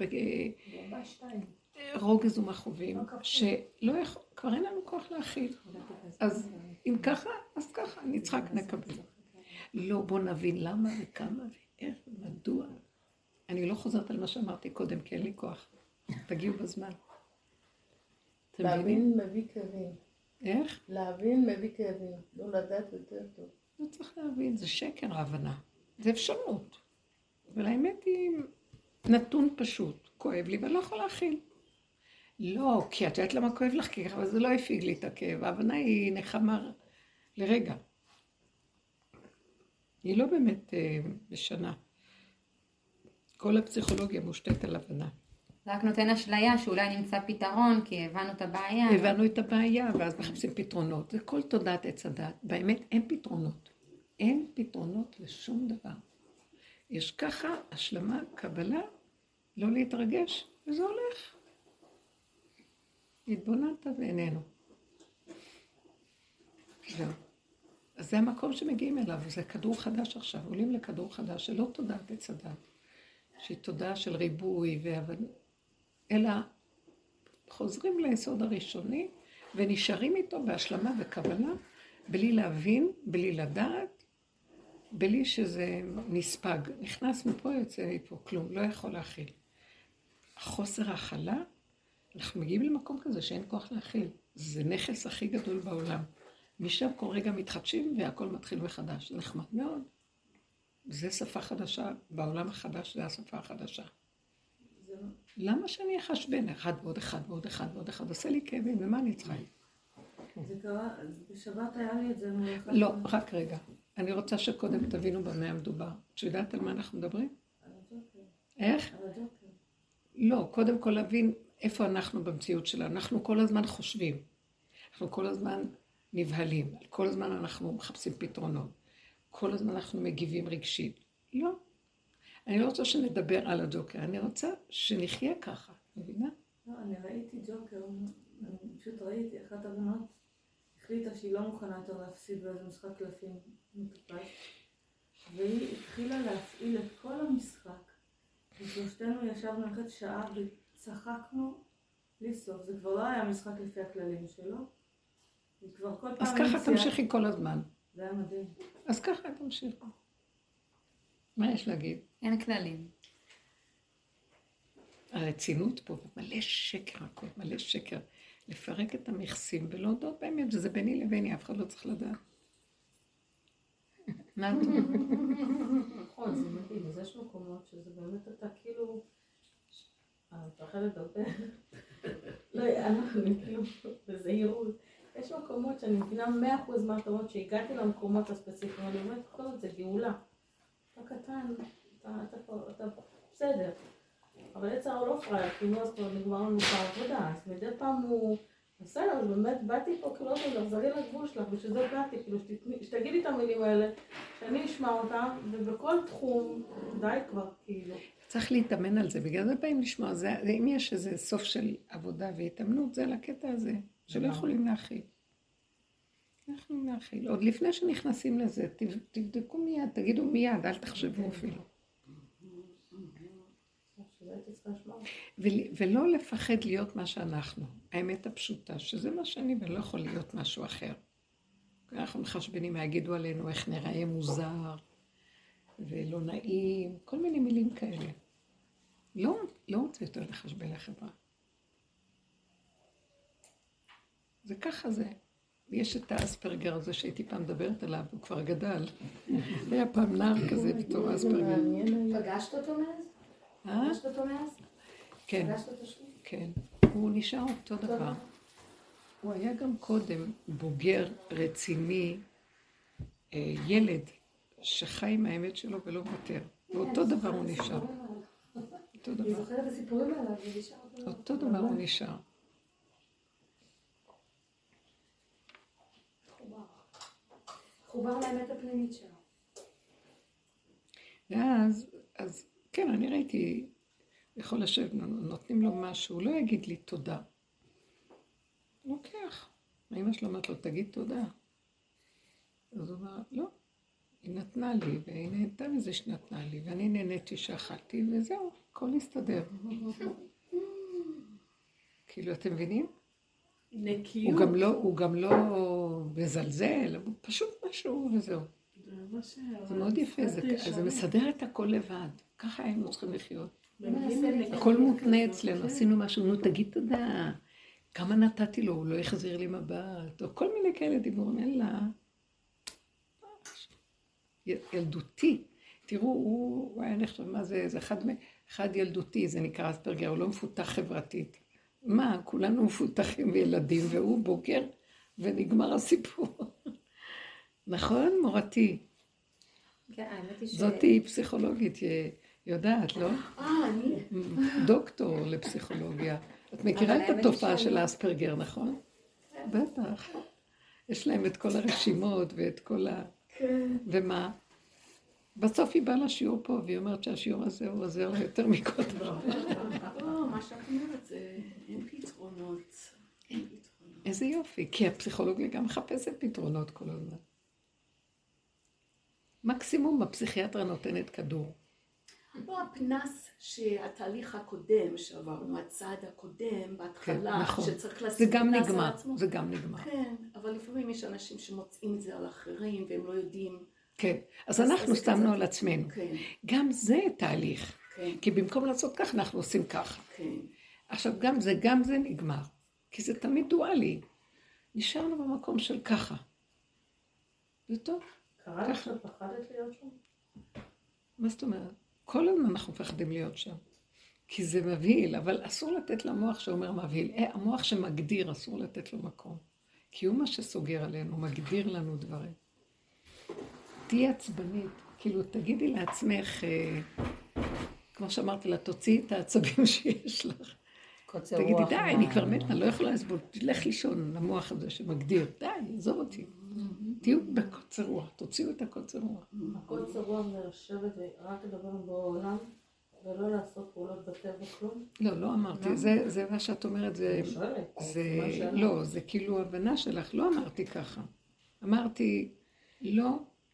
רוגז ומחובים, שלא יכול, כבר אין לנו כוח להכיל. אז אם ככה, אז ככה, נצחק נקבל. לא, בוא נבין למה וכמה ואיך ומדוע. אני לא חוזרת על מה שאמרתי קודם, כי אין לי כוח. תגיעו בזמן. להבין מביא כאבים. איך? להבין מביא כאבים. לא לדעת יותר טוב. לא צריך להבין, זה שקר ההבנה. זה אפשרות. אבל האמת היא נתון פשוט. כואב לי ואני לא יכולה להכיל. לא, כי את יודעת למה כואב לך? כי אבל זה לא הפיג לי את הכאב. ההבנה היא נחמה לרגע. היא לא באמת אה, בשנה. כל הפסיכולוגיה מושתת על הבנה. רק נותן אשליה שאולי נמצא פתרון, כי הבנו את הבעיה. הבנו את הבעיה, ואז מחפשים פתרונות. זה כל תודעת עץ הדת. באמת אין פתרונות. אין פתרונות לשום דבר. יש ככה השלמה, קבלה, לא להתרגש, וזה הולך. התבוננת ואיננו. זהו. אז זה המקום שמגיעים אליו, וזה כדור חדש עכשיו. עולים לכדור חדש, שלא תודעת עץ הדת. שהיא תודעה של ריבוי והבנה. אלא חוזרים ליסוד הראשוני ונשארים איתו בהשלמה וקבלה, בלי להבין, בלי לדעת, בלי שזה נספג. נכנס מפה, יוצא מפה, כלום, לא יכול להכיל. החוסר ההכלה, אנחנו מגיעים למקום כזה שאין כוח להכיל. זה נכס הכי גדול בעולם. משם כל רגע מתחדשים והכל מתחיל מחדש. זה נחמד מאוד. זה שפה חדשה, בעולם החדש זה השפה החדשה. למה שאני אחשבן אחד ועוד אחד ועוד אחד ועוד אחד? עושה לי כאבים, ומה אני צריכה? זה קרה, בשבת היה לי את זה. לא, רק רגע. אני רוצה שקודם תבינו במה המדובר. את יודעת על מה אנחנו מדברים? על הג'וקר. איך? על הג'וקר. לא, קודם כל להבין איפה אנחנו במציאות שלנו. אנחנו כל הזמן חושבים. אנחנו כל הזמן נבהלים. כל הזמן אנחנו מחפשים פתרונות. כל הזמן אנחנו מגיבים רגשית. לא. אני לא רוצה שנדבר על הג'וקר, אני רוצה שנחיה ככה, מבינה? לא, אני ראיתי ג'וקר, אני פשוט ראיתי, אחת הבנות החליטה שהיא לא מוכנה יותר להפסיד באיזה משחק קלפים מטופש, והיא התחילה להפעיל את כל המשחק, ושלושתנו ישבנו אחת שעה וצחקנו בלי סוף, זה כבר לא היה משחק לפי הכללים שלו, וכבר כל פעם... אז ככה תמשיכי כל הזמן. זה היה מדהים. אז ככה תמשיכי. מה יש להגיד? אין כללים. הרצינות פה, מלא שקר הכל, מלא שקר. לפרק את המכסים ולהודות באמת, שזה ביני לביני, אף אחד לא צריך לדעת. מה את אומרת? נכון, זה מדהים, אז יש מקומות שזה באמת אתה כאילו... אני מפחדת הרבה. לא, אנחנו כאילו בזהירות. יש מקומות שאני מבינה מאה אחוז מה אתה אומרת, שהגעתי למקומות הספציפיים, אני אומרת, כל זאת זה גאולה. אתה קטן, אתה, אתה, אתה, אתה בסדר. אבל יצר הוא לא פרייר, כי נו אז כבר נגמר לנו את העבודה, אז מדי פעם הוא בסדר, אז באמת באתי פה, כאילו, לחזרי לגבול שלך, בשביל זה באתי, כאילו, שתגידי את המילים האלה, שאני אשמע אותם, ובכל תחום, די כבר, כאילו. צריך להתאמן על זה, בגלל זה באים לשמוע, זה, אם יש איזה סוף של עבודה והתאמנות, זה לקטע הזה, שלא יכולים להכיל. לא יכולים להכיל. עוד לפני שנכנסים לזה, תבדקו מיד, תגידו מיד, אל תחשבו אפילו. ולא לפחד להיות מה שאנחנו, האמת הפשוטה, שזה מה שאני ולא יכול להיות משהו אחר. אנחנו מחשבנים מה יגידו עלינו, איך נראה מוזר ולא נעים, כל מיני מילים כאלה. לא, לא רוצה יותר לחשבל לחברה. זה ככה זה. ויש את האספרגר הזה שהייתי פעם מדברת עליו, הוא כבר גדל. היה פעם נער כזה בתור אספרגר. פגשת אותו מאז? אה? פגשת אותו מאז? כן, פגשת אותו שוב? כן. הוא נשאר אותו דבר. הוא היה גם קודם בוגר, רציני, ילד שחי עם האמת שלו ולא מוותר. ואותו דבר הוא נשאר. אותו דבר. אני זוכרת את הסיפורים עליו, ונשאר אותו. אותו דבר הוא נשאר. חובר לאמת הפנימית שלו. ואז, אז כן, אני ראיתי, יכול לשבת, נותנים לו משהו, הוא לא יגיד לי תודה. לוקח. האמא שלו אומרת לו, תגיד תודה. אז הוא אומר, לא, היא נתנה לי, והיא נהנתה מזה שנתנה לי, ואני נהניתי שאכלתי, וזהו, הכל הסתדר. כאילו, אתם מבינים? נקיות. הוא גם לא, הוא גם לא מזלזל, הוא פשוט משהו וזהו. זה מאוד יפה, זה, זה מסדר את הכל לבד. ככה היינו צריכים לחיות. הכל מותנה אצלנו, עשינו משהו, נו תגיד תודה. כמה נתתי לו, הוא לא יחזיר לי מבט, או כל מיני כאלה דיבורים, אלא ילדותי. תראו, הוא, הוא היה נחשב, מה זה, זה אחד, אחד ילדותי, זה נקרא אספרגר, הוא לא מפותח חברתית. מה, כולנו מפותחים וילדים, והוא בוגר, ונגמר הסיפור. נכון, מורתי? כן, האמת היא ש... זאתי פסיכולוגית, יודעת, לא? אה, אני... דוקטור לפסיכולוגיה. את מכירה את התופעה של האספרגר, נכון? בטח. יש להם את כל הרשימות ואת כל ה... כן. ומה? בסוף היא באה לשיעור פה, והיא אומרת שהשיעור הזה הוא עוזר לה יותר מכל דבר. לא, מה שאת אומרת זה אין פתרונות. אין פתרונות. איזה יופי, כי הפסיכולוגיה גם מחפשת פתרונות כל הזמן. מקסימום הפסיכיאטרה נותנת כדור. לא, הפנס שהתהליך הקודם שעברנו, הצעד הקודם בהתחלה, כן, נכון. שצריך זה לשים גם פנס על נגמר, עצמו. זה גם נגמר. כן, אבל לפעמים יש אנשים שמוצאים את זה על אחרים והם לא יודעים. כן, אז אז- אנחנו אז שמנו כזה- על עצמנו. כן, גם זה תהליך, כן, כי במקום לעשות כך אנחנו עושים ככה. כן. עכשיו גם זה, גם זה נגמר, כי זה תמיד דואלי. נשארנו במקום של ככה. זה טוב. קרה לך שאת פחדת להיות שם? מה זאת אומרת? כל הזמן אנחנו מפחדים להיות שם. כי זה מבהיל, אבל אסור לתת למוח שאומר מבהיל. אה, המוח שמגדיר, אסור לתת לו מקום. כי הוא מה שסוגר עלינו, מגדיר לנו דברים. תהי עצבנית, כאילו תגידי לעצמך, אה, כמו שאמרתי לה, תוציאי את העצבים שיש לך. קוצר תגידי, רוח די, מה- אני כבר מתה, אני לא יכולה לסבול, תלך לישון למוח הזה שמגדיר, די, עזוב אותי. תהיו בקוצר רוח, תוציאו את הקוצר רוח. הקוצר רוח זה לשבת ורק לדבר בעולם, ולא לעשות פעולות בטבע כלום? לא, לא אמרתי, זה, זה מה שאת אומרת, זה, אני שואלת. זה, מה שאלה? לא, זה כאילו הבנה שלך, לא אמרתי ככה. אמרתי, לא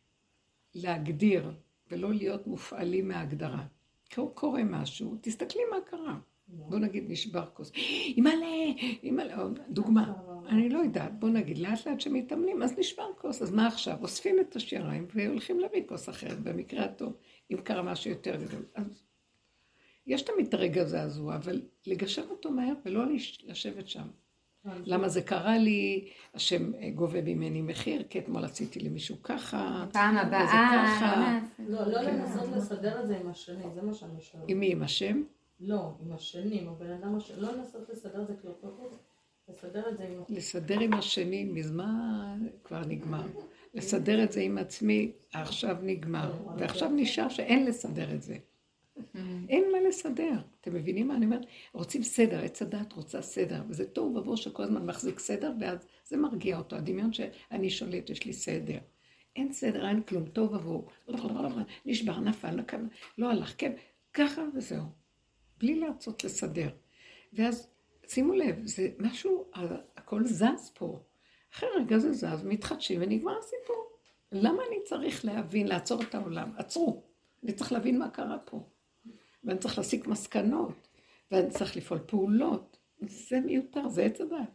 להגדיר ולא להיות מופעלים מההגדרה. קורה משהו, תסתכלי מה קרה. בוא נגיד נשבר כוס. אימא'לה, אימא'לה, דוגמה. אני לא יודעת, בוא נגיד, לאט לאט שמתאמנים, אז נשבר כוס. אז מה עכשיו? אוספים את השיריים והולכים להביא כוס אחרת, במקרה הטוב, אם קרה משהו יותר גדול. אז יש תמיד את הרגע הזעזוע, אבל לגשר אותו מהר ולא לשבת שם. למה זה קרה לי, השם גובה ממני מחיר, כי אתמול עשיתי למישהו ככה, פעם וזה הבאה, ככה. לא, לא לנסות לסדר את זה עם השנים, זה מה שאני שואלת. עם מי? עם השם? לא, עם השנים, הבן אדם השני, לא לנסות לסדר את זה כלפי חוץ, לסדר את זה עם... לסדר עם השני, מזמן כבר נגמר. לסדר את זה עם עצמי, עכשיו נגמר. ועכשיו נשאר שאין לסדר את זה. אין מה לסדר. אתם מבינים מה אני אומרת? רוצים סדר, עץ הדת רוצה סדר, וזה טוב ובוא שכל הזמן מחזיק סדר, ואז זה מרגיע אותו. הדמיון שאני שולט, יש לי סדר. אין סדר, אין כלום, טוב ובוא. נשבר, נפל, לא הלך, כן, ככה וזהו. בלי לעצות לסדר. ואז שימו לב, זה משהו, הכל זז פה. אחרי רגע זה זז, מתחדשים ונגמר הסיפור. למה אני צריך להבין, לעצור את העולם? עצרו. אני צריך להבין מה קרה פה. ואני צריך להסיק מסקנות. ואני צריך לפעול פעולות. זה מיותר, זה עץ הדעת.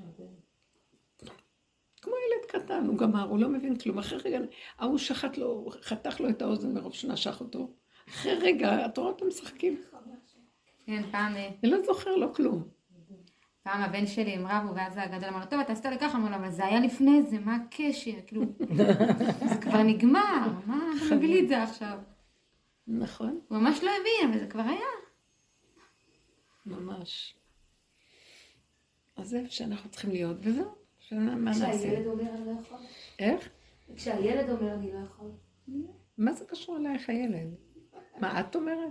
כמו ילד קטן, הוא גמר, הוא לא מבין כלום. אחרי רגע, הוא שחט לו, חתך לו את האוזן מרוב שנשך אותו. אחרי רגע, את רואה אותם משחקים. כן, פעם... אני לא זוכר לו כלום. פעם הבן שלי עם רבו, ואז הגדול אמר, טוב, אתה עשתה לי ככה, אמרו לו, אבל זה היה לפני זה, מה הקשר? כאילו, זה כבר נגמר, מה אתה מביא לי את זה עכשיו? נכון. הוא ממש לא הבין, אבל זה כבר היה. ממש. אז זה שאנחנו צריכים להיות, וזהו. מה נעשה? כשהילד אומר, אני לא יכול. איך? כשהילד אומר, אני לא יכול. מה זה קשור אלייך הילד? מה את אומרת?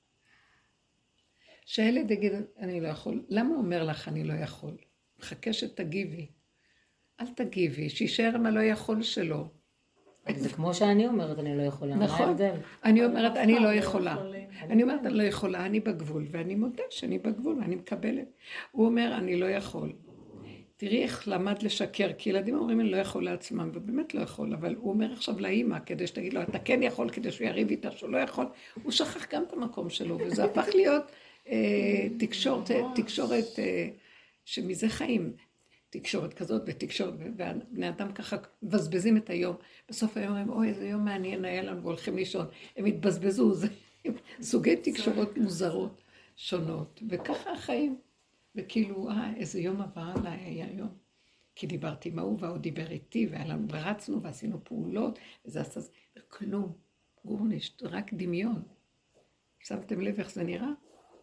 שהילד יגיד, אני לא יכול. למה הוא אומר לך, אני לא יכול? מחכה שתגיבי. אל תגיבי, שישאר מה לא יכול שלו. זה כמו שאני אומרת, אני לא יכולה. נכון. אני אומרת, אני לא יכולה. אני אומרת, אני לא יכולה, אני בגבול, ואני מודה שאני בגבול, ואני מקבלת. הוא אומר, אני לא יכול. תראי איך למד לשקר, כי ילדים אומרים, אני לא יכול לעצמם, ובאמת לא יכול, אבל הוא אומר עכשיו לאמא, כדי שתגיד לו, אתה כן יכול, כדי שהוא יריב איתה, שהוא לא יכול, הוא שכח גם את המקום שלו, וזה הפך להיות אה, תקשורת, תקשורת אה, שמזה חיים, תקשורת כזאת ותקשורת, ובני אדם ככה מבזבזים את היום, בסוף היום הם, אוי, איזה יום מעניין היה לנו, והולכים לישון, הם התבזבזו, זה סוגי תקשורות מוזרות שונות, וככה החיים. וכאילו, אה, איזה יום עבר עליי היה היום. כי דיברתי עם ההוא, והוא דיבר איתי, ורצנו ועשינו פעולות, וזה עשה, וכלום, גורנישט, רק דמיון. שמתם לב איך זה נראה?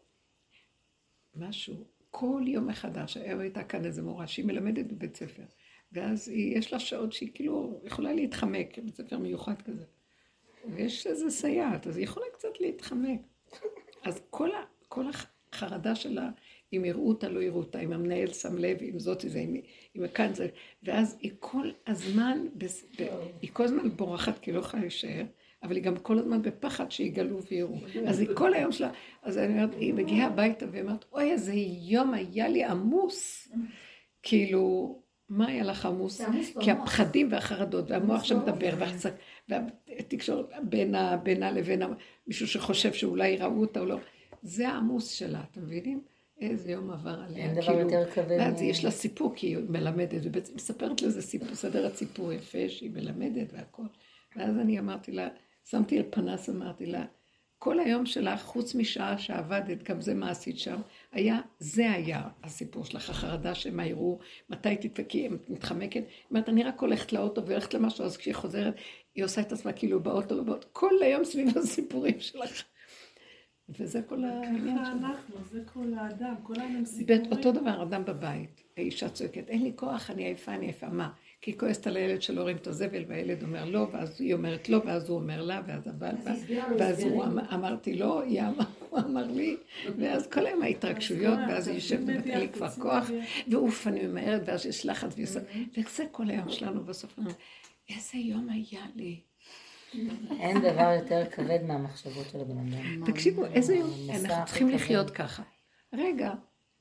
משהו, כל יום מחדש, היה הייתה כאן איזה מורה, שהיא מלמדת בבית ספר, ואז היא, יש לה שעות שהיא כאילו יכולה להתחמק, בית ספר מיוחד כזה. ויש איזה סייעת, אז היא יכולה קצת להתחמק. אז כל, ה, כל החרדה שלה, אם יראו אותה, לא יראו אותה, אם המנהל שם לב, אם זאת זה, אם, אם כאן זה, ואז היא כל הזמן, בס, ב, היא כל הזמן בורחת, כי לא יכולה להישאר, אבל היא גם כל הזמן בפחד שיגלו ויראו. אז היא כל היום שלה, אז אני אומרת, היא מגיעה הביתה ואומרת, אוי, איזה יום היה לי עמוס. כאילו, מה היה לך עמוס? כי הפחדים והחרדות, והמוח שמדבר, והתקשורת בינה, בינה לבין מישהו שחושב שאולי יראו אותה או לא, זה העמוס שלה, אתם מבינים? איזה יום עבר עליה, אין דבר יותר כבד. ואז יש לה סיפור, כי היא מלמדת, ובעצם מספרת לזה סיפור, סדר הסיפור יפה, שהיא מלמדת והכל. ואז אני אמרתי לה, שמתי על פנס, אמרתי לה, כל היום שלך, חוץ משעה שעבדת, גם זה מה עשית שם, היה, זה היה הסיפור שלך, החרדה שמה יראו, מתי תדפקי, מתחמקת, אומרת, אני רק הולכת לאוטו והולכת למשהו, אז כשהיא חוזרת, היא עושה את עצמה כאילו באוטו, לא באוטו, כל היום סביב הסיפורים שלך. וזה כל העניין שלנו. ככה אנחנו, זה כל האדם, כל האדם סיפורים. אותו דבר, אדם בבית, האישה צועקת, אין לי כוח, אני עייפה, אני עייפה, מה? כי היא כועסת על הילד שלא רואים את הזבל, והילד אומר לא, ואז היא אומרת לא, ואז הוא אומר לה, ואז הבעל בא, ואז הוא אמרתי לא, הוא אמר לי, ואז כל היום ההתרגשויות, ואז היא יושבת, אין לי כבר כוח, ואוף, אני ממהרת, ואז יש לחץ, וזה כל היום שלנו בסוף, איזה יום היה לי. אין דבר יותר כבד מהמחשבות של הבן אדם. תקשיבו, איזה יום, אנחנו צריכים לחיות ככה. רגע,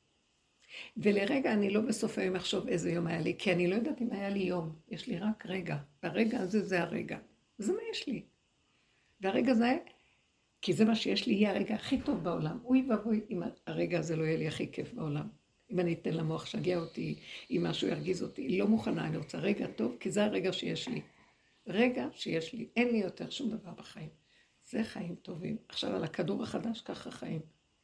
ולרגע אני לא בסוף היום אחשוב איזה יום היה לי, כי אני לא יודעת אם היה לי יום, יש לי רק רגע, והרגע הזה זה הרגע, זה מה יש לי. והרגע זה, כי זה מה שיש לי, יהיה הרגע הכי טוב בעולם. אוי ואבוי, אם הרגע הזה לא יהיה לי הכי כיף בעולם. אם אני אתן למוח שגע אותי, אם משהו ירגיז אותי, לא מוכנה, אני רוצה רגע טוב, כי זה הרגע שיש לי. רגע שיש לי, אין לי יותר שום דבר בחיים. זה חיים טובים. עכשיו על הכדור החדש, ככה חיים.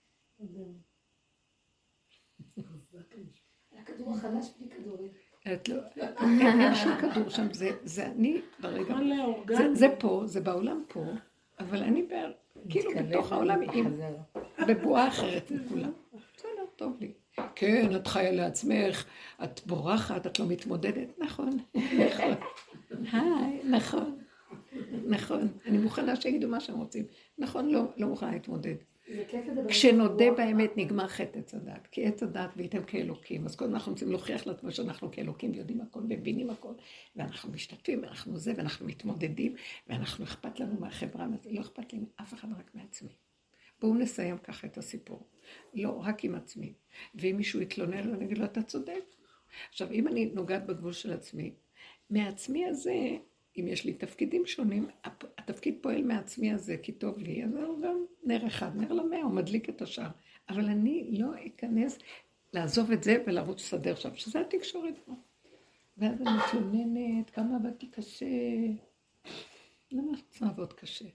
הכדור החדש בלי כדורים. את לא, אין שום כדור שם, זה אני ברגע, זה פה, זה בעולם פה, אבל אני כאילו בתוך העולם, בבועה אחרת מכולם. בסדר, טוב לי. כן, את חיה לעצמך, את בורחת, את לא מתמודדת, נכון, נכון. היי, נכון. נכון, אני מוכנה שיגידו מה שהם רוצים. נכון, לא, לא מוכנה להתמודד. זה כיף לדבר. כשנודה באמת נגמר חטא עץ הדת, כי עץ הדת והייתם כאלוקים, אז קודם אנחנו רוצים להוכיח לעצמו שאנחנו כאלוקים ויודעים הכל ומבינים הכל, ואנחנו משתתפים, ואנחנו זה, ואנחנו מתמודדים, ואנחנו אכפת לנו מהחברה, לא אכפת לי אף אחד רק מעצמי. בואו נסיים ככה את הסיפור, לא רק עם עצמי, ואם מישהו יתלונן לו, אני אגיד לו, אתה צודק. עכשיו, אם אני נוגעת בגבול של עצמי, מעצמי הזה, אם יש לי תפקידים שונים, התפקיד פועל מעצמי הזה, כי טוב לי, אז הוא גם נר אחד, נר למאה, הוא מדליק את השאר. אבל אני לא אכנס לעזוב את זה ולרוץ לסדר שם, שזה התקשורת פה. ואז אני מתלוננת, כמה עבדתי קשה. למה צריך לעבוד קשה?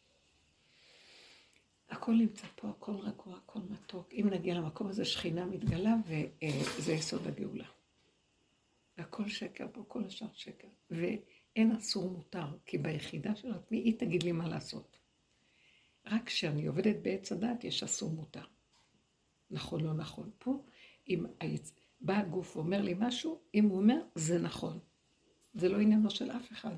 הכל נמצא פה, הכל רגוע, הכל מתוק. אם נגיע למקום הזה, שכינה מתגלה, וזה יסוד הגאולה. הכל שקר פה, כל השאר שקר. ואין אסור מותר, כי ביחידה של עצמי, היא תגיד לי מה לעשות. רק כשאני עובדת בעץ הדת, יש אסור מותר. נכון, לא נכון. פה, אם בא הגוף ואומר לי משהו, אם הוא אומר, זה נכון. זה לא עניינו של אף אחד.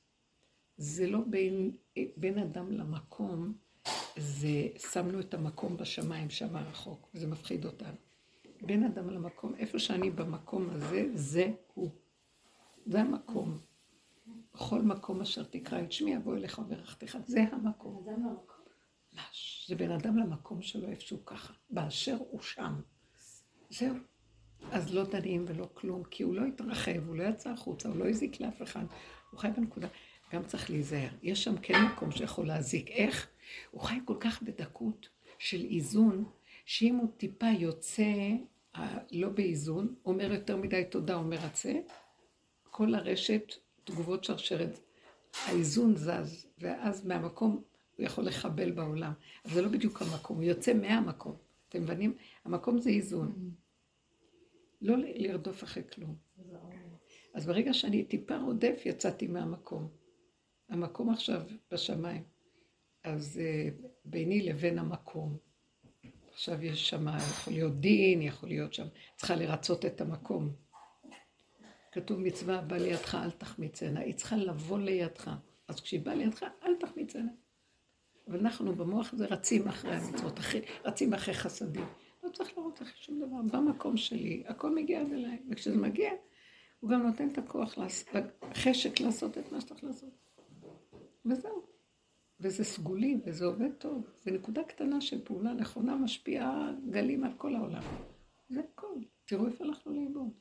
זה לא בין, בין אדם למקום, זה שמנו את המקום בשמיים שם רחוק, וזה מפחיד אותנו. בין אדם למקום, איפה שאני במקום הזה, זה הוא. זה המקום. בכל מקום אשר תקרא את שמי, אבוא אליך וברכתך. זה המקום. אדם למקום. ממש. זה בין אדם למקום שלו איפשהו ככה. באשר הוא שם. זהו. אז לא דנים ולא כלום, כי הוא לא התרחב, הוא לא יצא החוצה, הוא לא הזיק לאף אחד. הוא חי בנקודה. גם צריך להיזהר. יש שם כן מקום שיכול להזיק. איך? הוא חי כל כך בדקות של איזון, שאם הוא טיפה יוצא לא באיזון, אומר יותר מדי תודה, אומר רצה, כל הרשת, תגובות שרשרת, האיזון זז, ואז מהמקום הוא יכול לחבל בעולם. אבל זה לא בדיוק המקום, הוא יוצא מהמקום. אתם מבינים? המקום זה איזון. לא לרדוף אחרי כלום. אז ברגע שאני טיפה רודף, יצאתי מהמקום. המקום עכשיו בשמיים. אז uh, ביני לבין המקום. עכשיו יש שם, יכול להיות דין, יכול להיות שם, צריכה לרצות את המקום. כתוב מצווה, בא לידך, אל תחמיצנה. היא צריכה לבוא לידך. אז כשהיא באה לידך, אל תחמיצנה. אבל אנחנו במוח הזה רצים אחרי המצוות, אחרי, רצים אחרי חסדים. לא צריך לראות אחרי שום דבר. במקום שלי, הכל מגיע עד אליי. וכשזה מגיע, הוא גם נותן את הכוח, חשק לעשות את מה שצריך לעשות. וזהו. וזה סגולי, וזה עובד טוב. זה נקודה קטנה של פעולה נכונה, משפיעה גלים על כל העולם. זה הכל. תראו איפה הלכנו לאיבוד.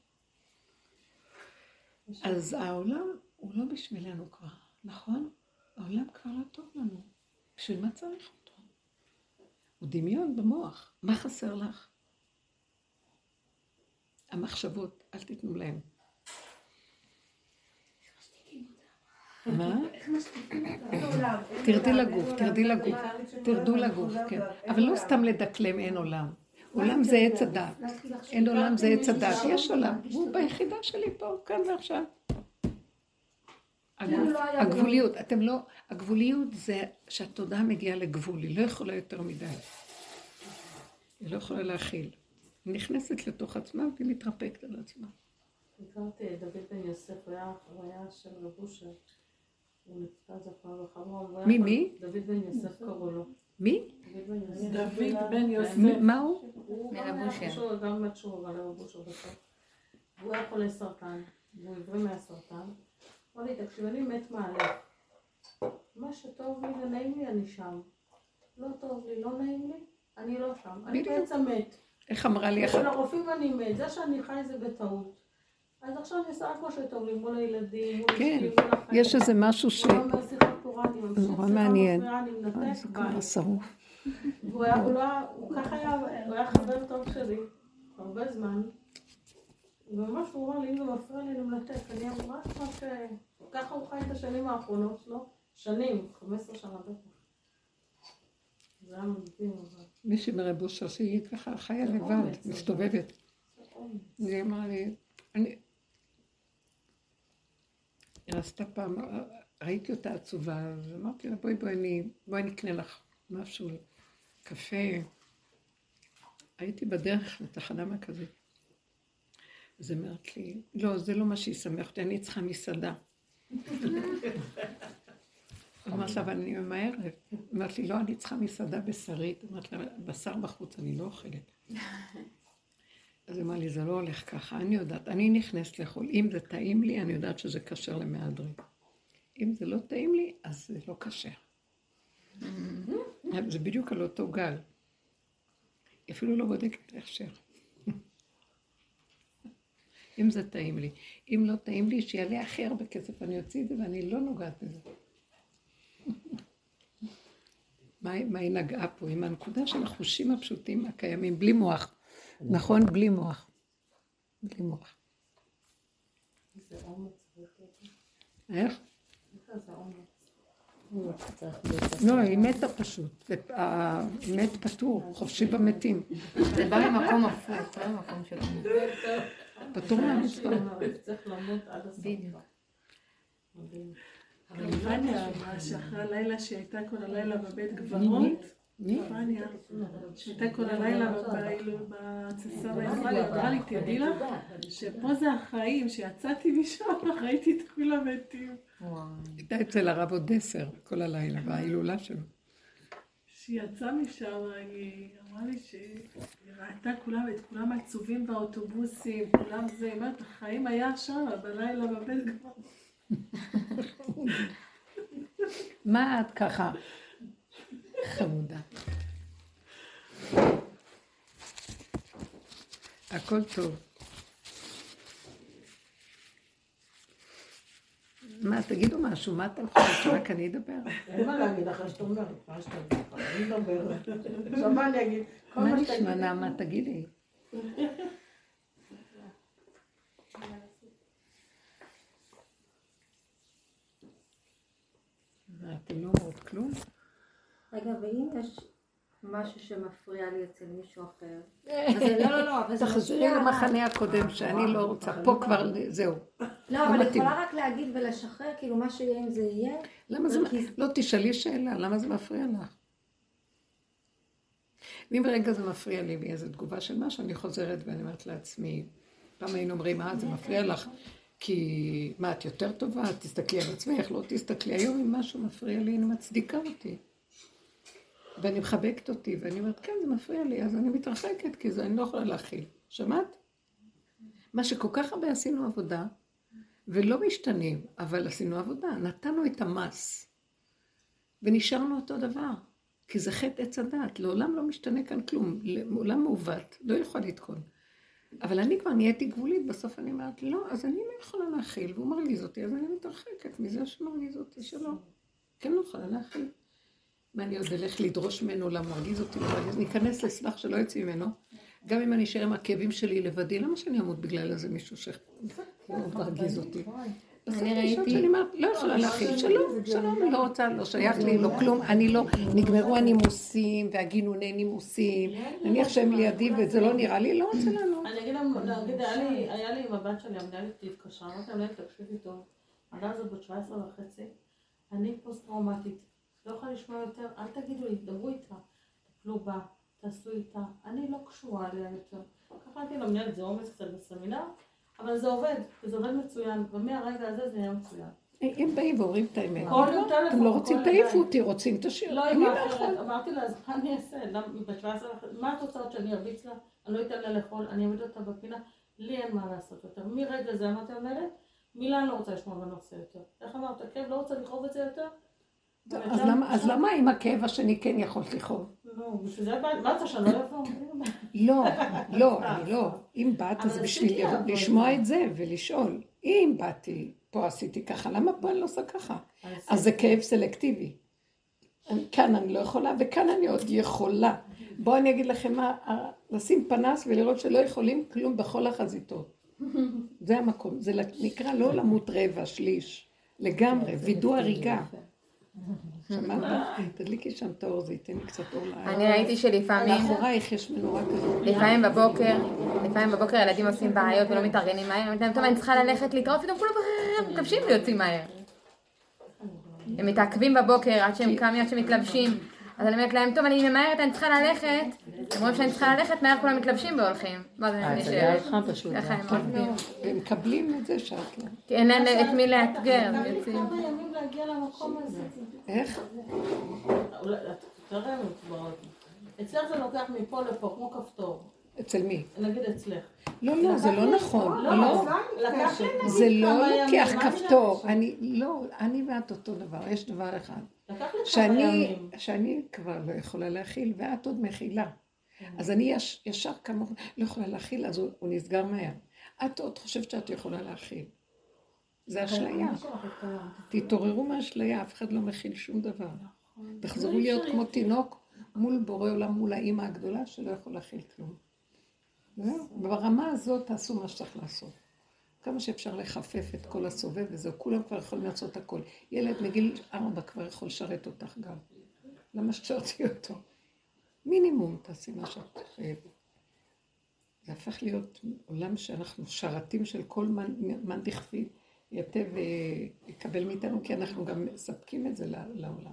אז העולם הוא לא בשבילנו כבר, נכון? העולם כבר לא טוב לנו. בשביל מה צריך אותו? הוא דמיון במוח. מה חסר לך? המחשבות, אל תיתנו להם. מה? תרדי לגוף, תרדי לגוף, תרדו לגוף, כן. אבל לא סתם לדקלם אין עולם. עולם זה עץ הדת. אין עולם זה עץ הדת. יש עולם. הוא ביחידה שלי פה, כאן ועכשיו. הגבוליות, אתם לא... הגבוליות זה שהתודעה מגיעה לגבול. היא לא יכולה יותר מדי. היא לא יכולה להכיל. היא נכנסת לתוך עצמה והיא מתרפקת על עצמה. הכרתי דוד בן יוסף, הוא היה של רב אושר. הוא נפטר זכר וחמור. מי, מי? דוד בן יוסף קראו לו. מי? דוד בן יוסף. מה הוא? הוא גם אושר, גם מקשור על רב אושר בסוף. והוא היה חולה סרטן, והוא עברי מהסרטן. אמר לי, תקשיב, אני מת מהלב. מה שטוב לי ונעים לי, אני שם. לא טוב לי, לא נעים לי, אני לא שם. אני בעצם מת. איך אמרה לי אחת? של הרופאים אני מת, זה שאני חי זה בטעות. אז עכשיו אני עושה כמו שטוב לי, מול הילדים, מול כן, יש איזה משהו ש... הוא אומר שיחת תורה, אני ממשיך שיחה מעניין. מפריעה, אני מנתק, זה כבר שרוף. הוא היה, הוא לא, הוא ככה היה, הוא היה חבר טוב שלי, הרבה זמן. וממש הוא אמר לי, אם זה מפריע לי, אני מנתק. אני אמרה כמו ש... ככה הוא חי את השנים האחרונות שלו, שנים, חמש עשרה שנה בטח. זה היה מדהים, אבל... מישהי מרב אושר שהיא ככה חיה לבד, מסתובבת. היא אמרה לי, אני... היא עשתה פעם, ראיתי אותה עצובה, אז אמרתי לה, בואי בואי אני, בואי נקנה לך משהו, קפה. הייתי בדרך לתחנה מרכזית. אז אמרת לי, לא, זה לא מה שישמח אותי, אני צריכה מסעדה. אמרת לה, אבל אני ממהרת. אמרת לי, לא, אני צריכה מסעדה בשרית. אמרת לה, בשר בחוץ, אני לא אוכלת. אז היא אמרה לי, זה לא הולך ככה, אני יודעת, אני נכנסת לאכול. אם זה טעים לי, אני יודעת שזה כשר למהדרין. אם זה לא טעים לי, אז זה לא כשר. זה בדיוק על אותו גל. אפילו לא בודקת הכשר. אם זה טעים לי. אם לא טעים לי, שיעלה הכי הרבה כסף, אני אוציא את זה ואני לא נוגעת בזה. מה, מה היא נגעה פה? עם הנקודה של החושים הפשוטים הקיימים, בלי מוח. נכון? בלי מוח. בלי מוח. זה אומץ. איך? זה אומץ. לא, היא מתה פשוט. המת פטור, חופשי במתים. זה בא ממקום הפוך, לא ממקום שלנו. פטור מהמצווה. צריך למות עד הסוף. אבל פניה אמרה שאחרי הלילה שהייתה כל הלילה בבית גברות, פניה, שהייתה כל הלילה בהתססה בישראל, אמרה לי, תדעי לך, שפה זה החיים, שיצאתי משם, ראיתי את כולם מתים. הייתה אצל הרב עוד עשר כל הלילה, בהילולה שלו. שיצא משם, היא אמרה לי שהיא ראתה כולם, את כולם עצובים באוטובוסים, כולם זה, היא אומרת, החיים היה שם, בלילה בבית גברות. מה את ככה? חמודה. הכל טוב. מה, תגידו משהו, מה אתם חושבים שרק אני אדבר? אין מה להגיד אחרי שאתה אומר, מה שאתה אומר, אני אדבר. עכשיו מה אני אגיד? מה נשמע, נעמה, תגידי. אתם לא אומרות כלום? רגע, ואם יש משהו שמפריע לי אצל מישהו אחר? לא, לא, לא, אבל זה תחזרי למחנה הקודם שאני לא רוצה, פה כבר זהו. לא, אבל אני יכולה רק להגיד ולשחרר, כאילו מה שיהיה אם זה יהיה. למה זה, לא תשאלי שאלה, למה זה מפריע לך? ואם ברגע זה מפריע לי באיזו תגובה של משהו, אני חוזרת ואני אומרת לעצמי, פעם היינו אומרים, אה, זה מפריע לך, כי מה, את יותר טובה, תסתכלי על עצמך, לא תסתכלי. היום אם משהו מפריע לי, אני מצדיקה אותי. ואני מחבקת אותי, ואני אומרת, כן, זה מפריע לי, אז אני מתרחקת, כי זה אני לא יכולה להכיל. שמעת? מה שכל כך הרבה עשינו עבודה, ולא משתנים, אבל עשינו עבודה, נתנו את המס, ונשארנו אותו דבר, כי זה חטא עץ הדעת, לעולם לא משתנה כאן כלום, לעולם מעוות, לא יכול לתקון. אבל אני כבר נהייתי גבולית, בסוף אני אומרת, לא, אז אני לא יכולה להכיל, והוא מרגיז אותי, אז אני מתרחקת מזה שמרגיז אותי שלא. כן לא יכולה להכיל. מה אני עוד אלך לדרוש ממנו למרגיז אותי, למרגיז, ניכנס לסבך שלא יצא ממנו, גם אם אני אשאר עם הכאבים שלי לבדי, למה שאני אמות בגלל איזה מישהו שמרגיז אותי? אני ראיתי... שאני אומרת, לא יכולה להכיל, שלום, שלום, אני לא רוצה, לא שייך לי, לא כלום, אני לא, נגמרו הנימוסים והגינוני נימוסים, נניח שהם לידי וזה לא נראה לי, לא רוצה לנו. אני אגיד, היה לי עם הבת שלי, המנהלת התקשרה, אמרתי המנהלת, תקשיבי טוב, עדה הזאת בת שבע עשרה וחצי, אני פוסט-טראומטית, לא יכולה לשמוע יותר, אל תגידו לי, דברו איתה, תפלו בה, תעשו איתה, אני לא קשורה עליה יותר. ככה הייתי למנהלת, זה עומס קצת בסמינר, אבל זה עובד, וזה עובד מצוין, ומהרגע הזה זה נהיה מצוין. אם באים ואומרים את האמת, אתם לא רוצים תעיפו אותי, רוצים תשאיר, לא, אני לא יכול. אמרתי לה, אז מה אני אעשה? ב-שבע עשרה, מה התוצאות שאני ארביץ לה? אני לא אתן לה לאכול, אני אעמיד אותה בפינה, לי אין מה לעשות יותר. מרגע זה אמרתי למנהלת, מילה אני לא רוצה לשמוע בנושא יותר. איך אמרת, הכאב לא רוצה לכאוב את זה יותר? אז למה עם הכאב השני כן יכולת לכאוב? לא, בשביל זה מה אתה שאני לא יבוא? לא, לא, אני לא. אם באת אז בשביל לשמוע את זה ולשאול. אם באתי, פה עשיתי ככה, למה פה אני לא עושה ככה? אז זה כאב סלקטיבי. כאן אני לא יכולה וכאן אני עוד יכולה. בואו אני אגיד לכם מה, לשים פנס ולראות שלא יכולים כלום בכל החזיתות. זה המקום, זה נקרא לא למות רבע, שליש, לגמרי, וידוא הריגה. שמעת? תדליקי שם את האור, זה ייתן לי קצת אור לעין. אני ראיתי שלפעמים... לאחורייך יש מנורה כזאת. לפעמים בבוקר, לפעמים בבוקר ילדים עושים בעיות ולא מתארגנים מהר, הם אומרים, טוב, אני צריכה ללכת להתראות, פתאום כולם מקבשים ויוצאים מהר. הם מתעכבים בבוקר עד שהם קמים, עד שהם מתלבשים, אז אני אומרת להם, טוב, אני ממהרת, אני צריכה ללכת. הם אומרים שאני צריכה ללכת, מהר כולם מתלבשים והולכים. מה זה אני ההצגה איתך פשוט. ככה הם עובדים. והם מקבלים את זה שאת לא. כי אין להם את מי לאתגר, הם לקח לי יוצאים. כמה ימים להגיע למקום הזה. איך? אולי, את תראה מצבעות. אצלך זה לוקח מפה לפה, כמו כפתור. אצל מי? נגיד אצלך. לא, לא, זה לא נכון. לא, לא. לקח לי נגיד זה לא כמה ימים. לוקח מה אני כפתור. לקחת? אני, לא, אני ואת אותו דבר. יש דבר אחד. לקח לי כמה שאני, ימים. שאני כבר לא יכולה להכיל, ואת עוד מכילה. אז אני יש, ישר כמה, לא יכולה להכיל, אז הוא, הוא נסגר מהר. את עוד חושבת שאת יכולה להכיל. זה אשליה. תתעוררו מהאשליה, אף אחד לא מכיל שום דבר. תחזרו להיות כמו תינוק מול בורא עולם, מול האמא הגדולה שלא יכול להכיל כלום. ברמה הזאת תעשו מה שצריך לעשות. כמה שאפשר לחפף את כל הסובב וזהו, כולם כבר יכולים לעשות הכל. ילד מגיל ארבע כבר יכול לשרת אותך גם. למה שתשרתי אותו? מינימום תעשי מה שאת חייבת. זה הפך להיות עולם שאנחנו שרתים של כל מן דכפי יתה ויקבל מאיתנו, כי אנחנו גם מספקים את זה לעולם.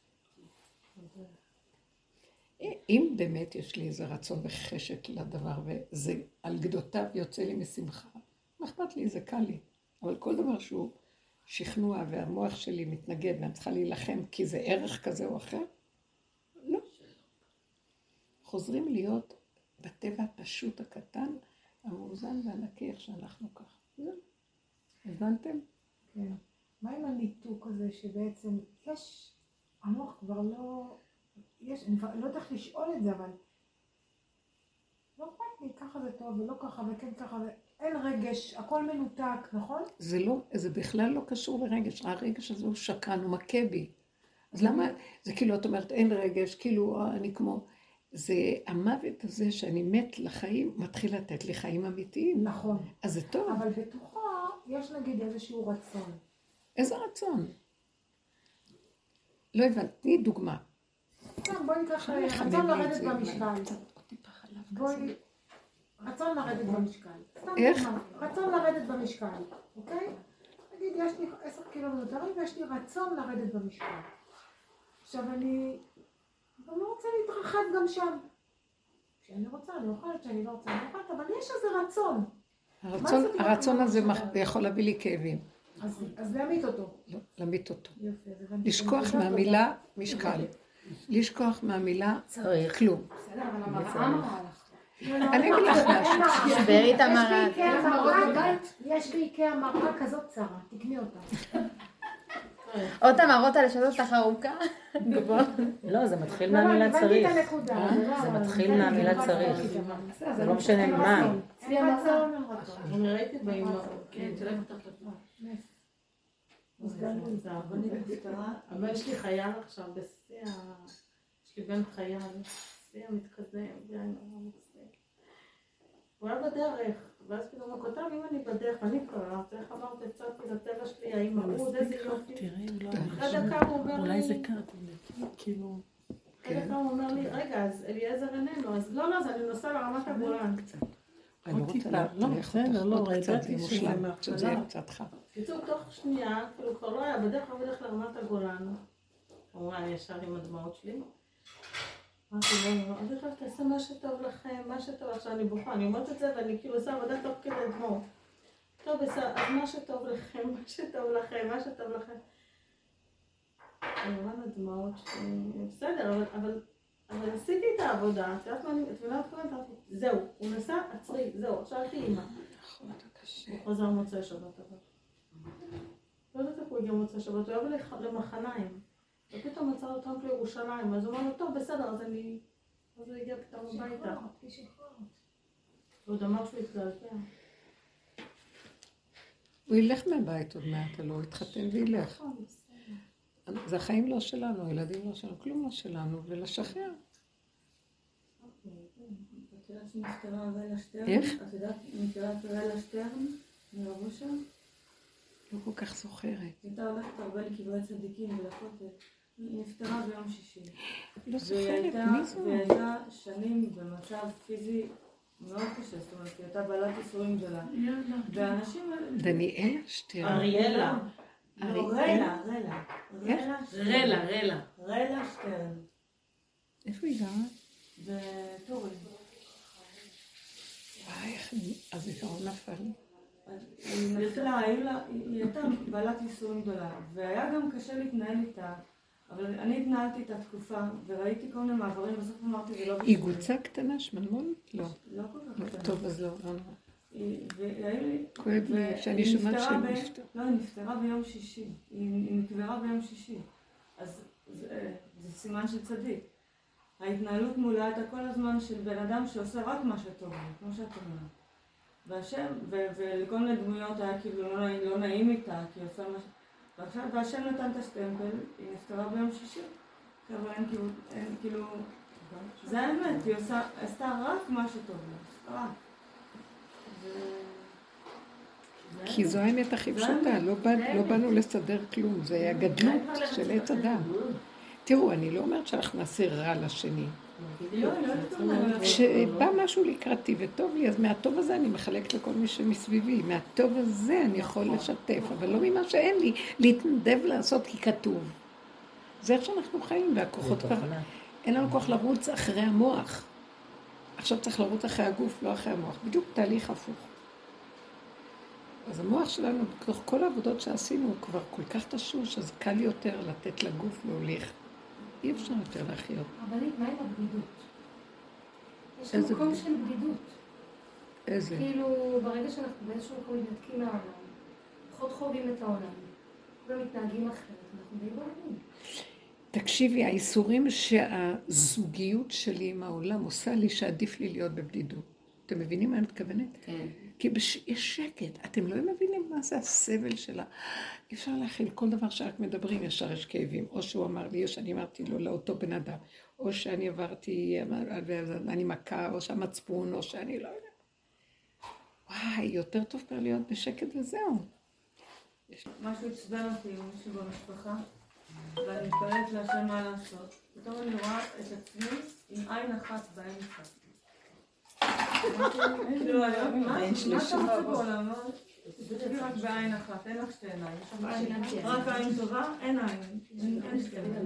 אם באמת יש לי איזה רצון וחשק לדבר, וזה על גדותיו יוצא לי משמחה, מה אכפת לי? זה קל לי. אבל כל דבר שהוא שכנוע והמוח שלי מתנגד ואני צריכה להילחם כי זה ערך כזה או אחר, לא. חוזרים להיות בטבע הפשוט הקטן, המאוזן והנקי איך שאנחנו ככה. זהו. הבנתם? כן. מה עם הניתוק הזה שבעצם יש, המוח כבר לא, יש, אני לא יודעת לשאול את זה, אבל לא אכפת לי, ככה זה טוב ולא ככה וכן ככה, אין רגש, הכל מנותק, נכון? זה לא, זה בכלל לא קשור לרגש, הרגש הזה הוא שקרן, הוא מכה בי. אז למה, זה כאילו, את אומרת, אין רגש, כאילו, אני כמו, זה המוות הזה שאני מת לחיים, מתחיל לתת לי חיים אמיתיים. נכון. אז זה טוב. אבל בתוכו יש נגיד איזשהו רצון. איזה רצון? לא הבנת, תני דוגמה. כן, בואי ניקח רצון לרדת במשקל. בואי, רצון לרדת במשקל. איך? רצון לרדת במשקל, אוקיי? נגיד, יש לי עשר קילו מיותרים ויש לי רצון לרדת במשקל. עכשיו אני גם לא רוצה להתרחב גם שם. כשאני רוצה, אני אוכלת, כשאני לא רוצה, אני אוכלת, אבל יש איזה רצון. הרצון, הרצון הזה יכול להביא לי כאבים. אז להמית אותו. לא, להמית אותו. לשכוח מהמילה משקל. לשכוח מהמילה כלום. בסדר, אבל המראה מראה לך. אני אגיד לך משהו. שברי את המראה. יש באיקאה מראה כזאת צרה, תקני אותה. עוד המראות האלה שזאת לך ארוכה. לא, זה מתחיל מהמילה צריך. זה מתחיל מהמילה צריך. זה לא משנה מה. אני ראיתי באמא, כן, תלך אותך לפני. אבל יש לי חייל עכשיו בשיא ה... יש לי בן חייל, בשיא המתקדם, הוא היה בדרך, ואז פתאום הוא כותב, אם אני בדרך, אני קראת, איך אמרת, הצעתי לטבע שלי, האם מרוד, איזה יופי. אחרי דקה הוא אומר לי... אולי זה קראת, כאילו... אחרי דקה הוא אומר לי, רגע, אז אליעזר איננו, אז לא, לא, אז אני נוסע לרמת הגולן. אני רוצה להלך אותך עוד קצת, זה מושלם, שזה יהיה קצת חם. קיצור, תוך שנייה, כאילו כבר לא היה, בדרך כלל בדרך לרמת הגולן. כמובן, אני ישר עם הדמעות שלי. אמרתי, לא, אז עכשיו תעשה מה שטוב לכם, מה שטוב, עכשיו אני בוכה, אני אומרת את זה ואני כאילו עושה עבודה תוך כדי דמעות. טוב, בסדר, אז מה שטוב לכם, מה שטוב לכם, מה שטוב לכם. כמובן הדמעות שלי, בסדר, אבל, אבל, אבל עשיתי את העבודה, את יודעת מה אני, את מבינה את כמובן, זהו, הוא נסע, עצרי, זהו, עכשיו הייתי אימא. הוא חוזר מוצאי שבת אבל. לא יודעת איך הוא הגיע מוצאי שבת, הוא היה למחניים. ופתאום מצא לו טראמפ לירושלים, אז הוא אמר לו, טוב, בסדר, אז אני... אז הוא הגיע פתאום הביתה. ועוד אמר שהוא התגעגע. הוא ילך מהבית עוד מעט, הוא יתחתן וילך. זה החיים לא שלנו, הילדים לא שלנו, כלום לא שלנו, ולשחרר. את יודעת שנפטרה רלה שטרן? איך? את יודעת נפטרת רלה שטרן מרבושה? לא כל כך זוכרת. היא הייתה הולכת הרבה לקברי צדיקים ולכותל. היא נפטרה ביום שישי. לא זוכרת, מי זו? והיא הייתה שנים במצב פיזי מאוד קשה, זאת אומרת, היא הייתה בעלת איסורים גדולה. והאנשים... דניאלה שטרן. אריאלה. לא, רלה, רלה. איך? רלה, רלה. רלה שטרן. איפה היא גרה? בטורי. וואי, איך הזיכרון נפל. היא נפלה, היא הייתה בעלת ייסורים גדולה, והיה גם קשה להתנהל איתה, אבל אני התנהלתי את התקופה, וראיתי כל מיני מעברים, בסוף אמרתי, זה לא בשביל. היא גוצה קטנה, שמנמול? לא. לא כל כך קטנה. טוב, אז לא, לא. כואב לי שאני שומעת שהיא נפטרה. לא, היא נפטרה ביום שישי. היא נקברה ביום שישי. אז זה סימן של צדיק. ההתנהלות מולה הייתה כל הזמן של בן אדם שעושה רק מה שטוב לו, כמו שאת אומרת. והשם, ולכל מיני דמויות היה כאילו לא נעים איתה, כי היא עושה מה ש... ועכשיו, והשם נתן את השטמפל, היא נפטרה ביום שישי. אבל אין כאילו... זה האמת, היא עשתה רק מה שטוב לו. רק. כי זו האמת הכי פשוטה, לא באנו לסדר כלום, זה היה גדלות של עץ אדם. תראו, אני לא אומרת שאנחנו נעשה רע לשני. כשבא משהו לקראתי וטוב לי, אז מהטוב הזה אני מחלקת לכל מי שמסביבי. מהטוב הזה אני יכול לשתף, אבל לא ממה שאין לי, להתנדב לעשות כי כתוב. זה איך שאנחנו חיים, והכוחות כבר... אין לנו כוח לרוץ אחרי המוח. עכשיו צריך לרוץ אחרי הגוף, לא אחרי המוח. בדיוק תהליך הפוך. אז המוח שלנו, בתוך כל העבודות שעשינו, הוא כבר כל כך תשוש, אז קל יותר לתת לגוף להוליך. אי אפשר יותר להחיות. אבל מה עם הבדידות? יש לנו מקום של בדידות. איזה? כאילו, ברגע שאנחנו באיזשהו מקום מתנתקים מהעולם, פחות חווים את העולם, ומתנהגים אחרת, אנחנו די בודדים. תקשיבי, האיסורים שהזוגיות שלי עם העולם עושה לי שעדיף לי להיות בבדידות. אתם מבינים מה אני מתכוונת? כן. כי יש שקט, אתם לא מבינים מה זה הסבל שלה. אי אפשר להכיל כל דבר שרק מדברים, ישר יש כאבים. או שהוא אמר לי, או שאני אמרתי לו לאותו בן אדם, או שאני עברתי, אני מכה, או שהמצפון, או שאני לא יודע. וואי, יותר טוב כבר להיות בשקט וזהו. משהו עצבן אותי עם מישהו במשפחה, ואני מתפללת להשם מה לעשות. פתאום אני רואה את עצמי עם עין אחת באמצע. אין שלישה. מה אתה עושה בעולם? תסתכלי רק בעין אחת, אין לך שתי עיניים. רק עין טובה, אין עין. אין שתי עיניים.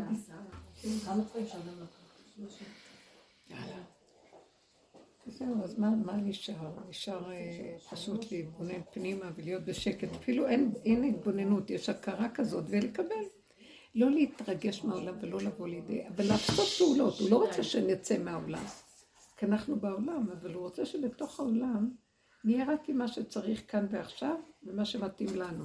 זהו, אז מה נשאר? נשאר פשוט להתבונן פנימה ולהיות בשקט. אפילו אין התבוננות, יש הכרה כזאת, ולקבל. לא להתרגש מהעולם ולא לבוא לידי, אבל לעשות פעולות. הוא לא רוצה שנצא מהעולם. כי אנחנו בעולם, אבל הוא רוצה שבתוך העולם נהיה רק עם מה שצריך כאן ועכשיו, ומה שמתאים לנו.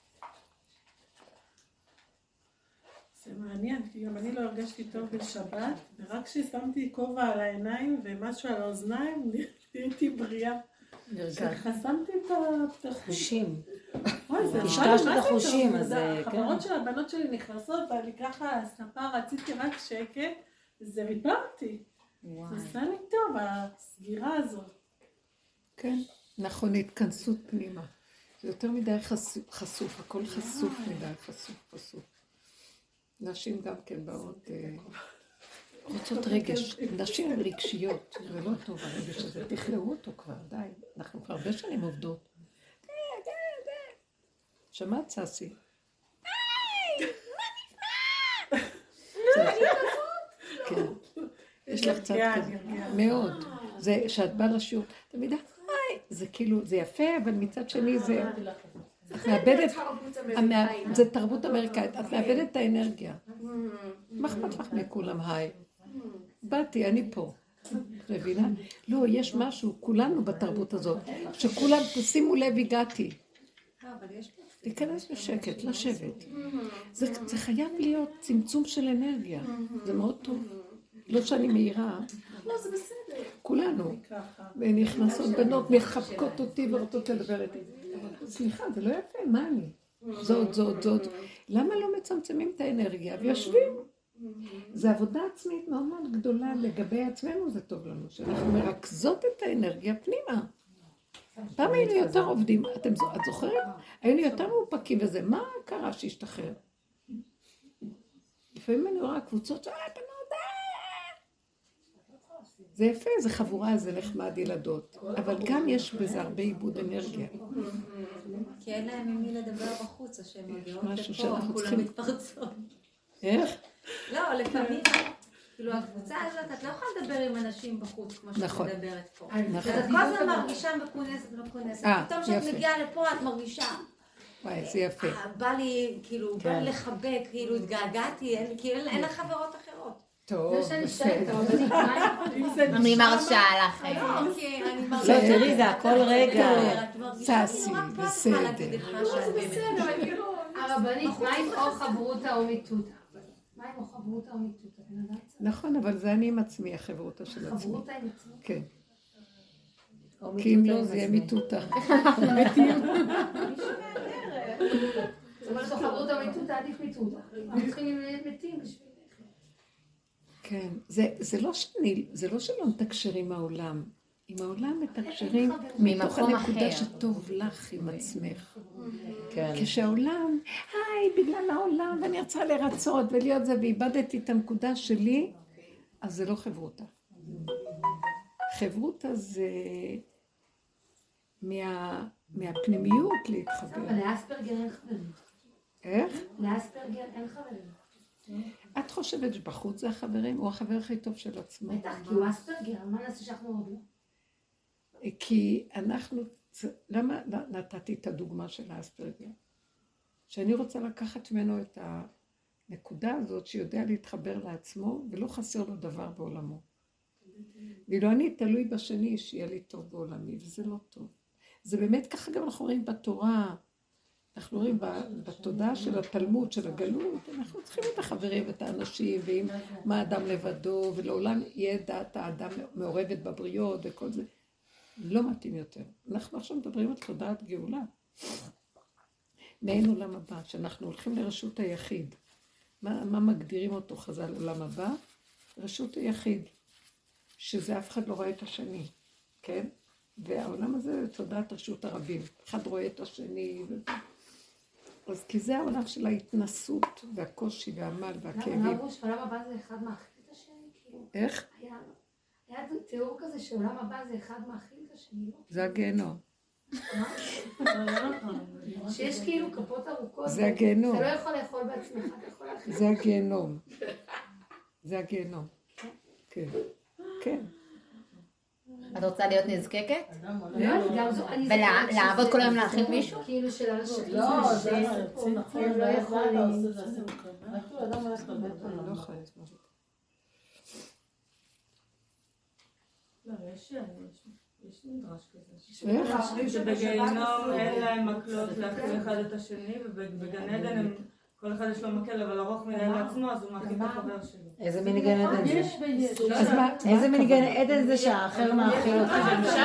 זה מעניין, כי גם אני לא הרגשתי טוב בשבת, ורק כששמתי כובע על העיניים ומשהו על האוזניים, נהייתי בריאה. כשחסמתי את החושים. אוי, זה השקשת את החושים, אז כן. החברות של הבנות שלי נכנסות, ואני ככה סנפה, רציתי רק שקט, זה ריפא אותי. זה עשה לי טוב, הסגירה הזאת. כן, נכון, התכנסות פנימה. זה יותר מדי חשוף, הכל חשוף מדי, חשוף, חשוף. נשים גם כן באות, רוצות רגש, נשים רגשיות, זה לא טוב הרגש הזה, תכלאו אותו כבר, די, אנחנו כבר הרבה שנים עובדות. די, די, די. שמעת ססי? די, מה נפרד? כן. יש לך קצת כזה, מאוד. זה שאת באה לשיעור, תמיד, היי, זה כאילו, זה יפה, אבל מצד שני זה... את מאבדת, זה תרבות אמריקאית, את מאבדת את האנרגיה. מה אכפת לך מכולם, היי? באתי, אני פה. מבינה? לא, יש משהו, כולנו בתרבות הזאת, שכולם, תשימו לב, הגעתי. להיכנס בשקט, לשבת. זה חייב להיות צמצום של אנרגיה. זה מאוד טוב. לא שאני מהירה. לא, זה בסדר. כולנו. ונכנסות בנות, מחבקות אותי ורוצות לדבר איתי. סליחה, זה לא יפה, מה אני? זאת, זאת, זאת. למה לא מצמצמים את האנרגיה ויושבים? זו עבודה עצמית מאוד מאוד גדולה לגבי עצמנו, זה טוב לנו, שאנחנו מרכזות את האנרגיה פנימה. פעם היינו יותר עובדים, את זוכרת? היינו יותר מאופקים וזה, מה קרה שהשתחרר? לפעמים אני רואה קבוצות, אה, בנות, זה יפה, זה חבורה, זה נחמד ילדות, אבל גם יש בזה הרבה עיבוד אנרגיה. כי אין להם ממי לדבר בחוץ, השם מגיעות משהו לפה, שאנחנו כולם צריכים... מתפרצות. איך? לא, לפעמים, כאילו הקבוצה הזאת, את לא יכולה לדבר עם אנשים בחוץ כמו שאת נכון. מדברת פה. נכון. אז את כל הזמן מרגישה מכונסת ומכונסת. אה, פתאום כשאת יפה. מגיעה לפה את מרגישה. וואי, זה יפה. "אה, בא לי, כאילו, בא לי לחבק, כאילו התגעגעתי, אין- כאילו אין לך חברות אחרות. טוב, בסדר. אני מרשה לכם. לא, כי אני לא, מרגישה... תראי, זה הכל רגע. את מרגישה ססי, כאילו רק פה את בסדר. יכולה להגיד לך שאת באמת. הרבנית, מה עם או חברותה או מיתותא? מה עם או חברותה או מיתותא? בן אדם צריך נכון, אבל זה אני עם עצמי, החברותה של עצמי. חברותה עם עצמו. כן. או כי אם מיתותא לא, עם זה יהיה עצמי. מיתותא. זאת אומרת, או חברותה או מיתותא, עדיף מיתותא. אנחנו צריכים להיות מתים בשביל... כן. זה, זה לא שאני, זה לא שלא מתקשרים עם העולם. עם העולם מתקשרים מתוך ממקום הנקודה אחר. שטוב לך עם עצמך. כן. כשהעולם, היי, בגלל העולם, ואני רוצה לרצות ולהיות זה, ואיבדתי את הנקודה שלי, אז זה לא חברותה. חברותה זה מה, מהפנימיות להתחבר. אבל לאספרגר אין חברים. איך? לאספרגר אין חברים. את חושבת שבחוץ זה החברים? הוא החבר הכי טוב של עצמו. בטח, כי הוא אספרגר, מה נעשה שאנחנו עוד לא? כי אנחנו, למה נתתי את הדוגמה של האספרגר? שאני רוצה לקחת ממנו את הנקודה הזאת שיודע להתחבר לעצמו ולא חסר לו דבר בעולמו. ואילו אני תלוי בשני שיהיה לי טוב בעולמי, וזה לא טוב. זה באמת ככה גם אנחנו רואים בתורה, אנחנו רואים בתודעה של התלמוד, של הגלות, אנחנו צריכים את החברים ואת האנשים, ואם מה האדם לבדו, ולעולם יהיה דעת האדם מעורבת בבריות וכל זה. לא מתאים יותר. אנחנו עכשיו מדברים על תודעת גאולה. מעין עולם הבא, שאנחנו הולכים לרשות היחיד. מה, מה מגדירים אותו חז"ל עולם הבא? רשות היחיד, שזה אף אחד לא רואה את השני, כן? והעולם הזה זה תודעת רשות הרבים. אחד רואה את השני. ו... אז כי זה העולם של ההתנסות והקושי והעמל והכאבים. למה אמרו שעולם הבא זה אחד מאכיל את השני? כאילו, איך? היה, היה תיאור כזה שעולם הבא זה אחד מאכיל את השני, לא? זה הגיהנום. שיש כאילו כפות ארוכות. זה הגיהנום. אתה לא יכול לאכול בעצמך, אתה יכול להכיל. זה הגיהנום. זה הגיהנום. כן. כן. את רוצה להיות נזקקת? ולעבוד כל היום להאכיל מישהו? כאילו של אנשים. לא, זה נכון, הם לא יכולים. אני לא יכולה לסמוך. לא, יש יש מדרש כזה. איך? שבגיהינום אין להם מקלות להכיל אחד את השני, ובגן עדן הם... כל אחד יש לו מקל, אבל ארוך מדי לעצמו, אז הוא מאכיל את החבר שלו. איזה מיני גן עדן זה? אז מה? איזה מיני גן עדן זה שהאחר מאכיל אותך?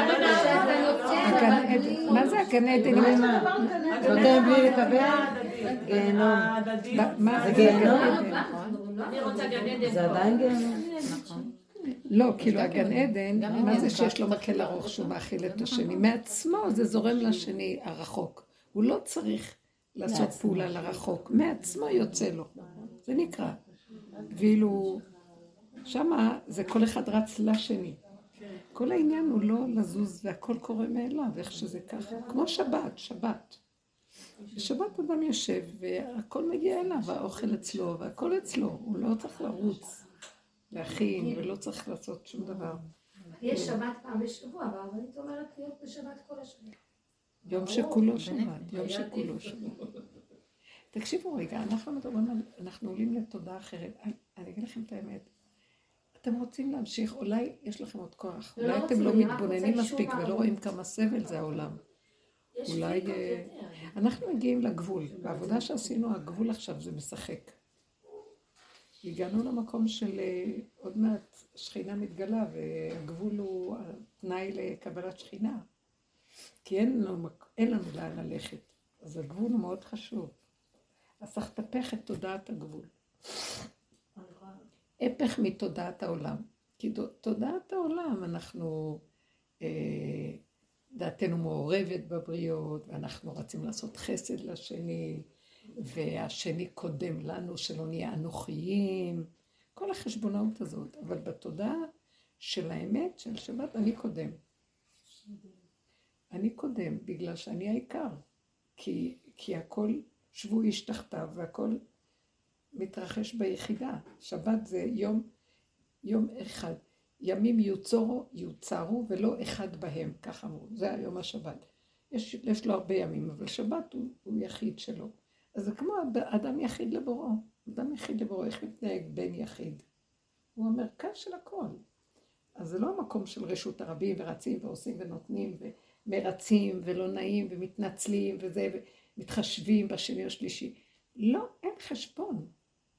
הגן עדן. מה זה הגן עדן? נותן בלי לקבל? גיהנום. מה זה זה גיהנום? אני רוצה גן עדן. זה עדיין גיהנום. לא, כאילו הגן עדן, מה זה שיש לו מקל ארוך שהוא מאכיל את השני? מעצמו זה זורם לשני הרחוק. הוא לא צריך לעשות פעולה לרחוק. מעצמו יוצא לו. זה נקרא. ואילו שמה זה כל אחד רץ לשני. כל העניין הוא לא לזוז והכל קורה מאליו, איך שזה ככה. כמו שבת, שבת. בשבת אדם יושב והכל מגיע אליו, האוכל אצלו והכל אצלו. הוא לא צריך לרוץ, להכין ולא צריך לעשות שום דבר. יש שבת פעם בשבוע, אבל אני אומרת להיות בשבת כל השבוע. יום שכולו שבת, יום שכולו שבת. תקשיבו רגע, אנחנו מדברים על, אנחנו עולים לתודעה אחרת. אני, אני אגיד לכם את האמת. אתם רוצים להמשיך, אולי יש לכם עוד כוח, אולי אתם לא מתבוננים מספיק ולא רואים כמה סבל זה העולם. אולי אנחנו מגיעים לגבול, בעבודה שעשינו הגבול עכשיו זה משחק. הגענו למקום של עוד מעט שכינה מתגלה והגבול הוא תנאי לקבלת שכינה. כי אין לנו, אין לנו לאן ללכת. אז הגבול הוא מאוד חשוב. אז צריך לטפח את תודעת הגבול. הפך מתודעת העולם. כי תודעת העולם אנחנו, אה, דעתנו מעורבת בבריות, ואנחנו רצים לעשות חסד לשני, והשני קודם לנו שלא נהיה אנוכיים. כל החשבונאות הזאת. אבל בתודעה של האמת, של שבת, אני קודם. אני קודם, בגלל שאני העיקר, כי, כי הכל שבו איש תחתיו והכל מתרחש ביחידה. שבת זה יום יום אחד. ימים יוצרו, יוצרו, ולא אחד בהם, ככה אמרו. זה היום השבת. יש, יש לו הרבה ימים, אבל שבת הוא, הוא יחיד שלו. אז זה כמו אדם יחיד לבוראו. אדם יחיד לבוראו, איך מתנהג בן יחיד? הוא המרכז של הכל. אז זה לא המקום של רשות הרבים, ורצים ועושים ונותנים, ומרצים ולא נעים, ומתנצלים, וזה, ומתחשבים בשני או שלישי. לא, אין חשבון.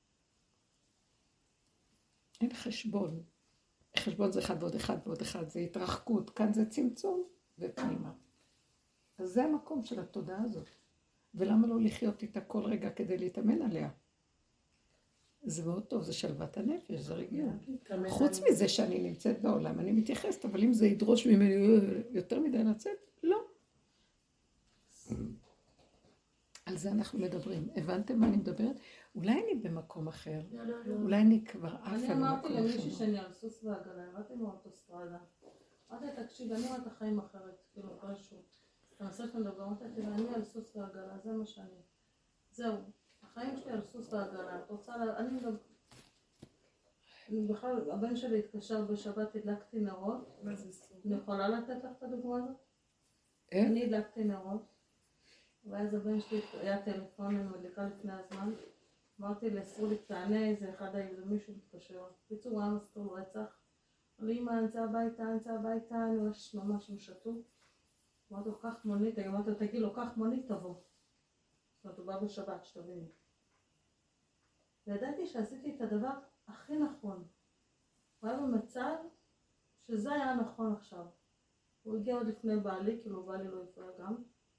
אין חשבון. חשבון זה אחד ועוד אחד ועוד אחד, זה התרחקות, כאן זה צמצום ופנימה. אז זה המקום של התודעה הזאת. ולמה לא לחיות איתה כל רגע כדי להתאמן עליה? זה מאוד טוב, זה שלוות הנפש, זה רגיע. חוץ מזה שאני נמצאת בעולם, אני מתייחסת, אבל אם זה ידרוש ממני יותר מדי לצאת, לא. על זה אנחנו מדברים. הבנתם מה אני מדברת? אולי אני במקום אחר, אולי אני כבר עפה למקום אחר. אני אמרתי למישהי שאני על סוס ועגלה, הראתי מאוטוסטרדה. אמרתי, תקשיב, אני רואה את החיים אחרת, כאילו, פשוט. אתה מנסה שאתה מדבר, אמרתי, תראה, אני על סוס ועגלה, זה מה שאני. זהו, החיים שלי על סוס ועגלה. את רוצה, אני גם... בכלל, הבן שלי התקשר בשבת, הדלקתי נרות. אני יכולה לתת לך את הדוגמה הזאת? אני הדלקתי נרות. ואז הבן שלי היה טלפון, אני מדליקה לפני הזמן. אמרתי לאסרו לי, תענה איזה אחד איזה מישהו מתקשר. פיצור, הוא היה מסתור רצח. אמר לי, אמא, אני אצא הביתה, אני אצא הביתה, אני רואה שממש משתו. אמרתי לו, קח מונית, אמרתי לו, תגיד לו, קח מונית, תבוא. זאת אומרת, הוא בא בשבת, שתביני. וידעתי שעשיתי את הדבר הכי נכון. הוא היה במצב שזה היה נכון עכשיו. הוא הגיע עוד לפני בעלי, כאילו בעלי לא יפרע גם.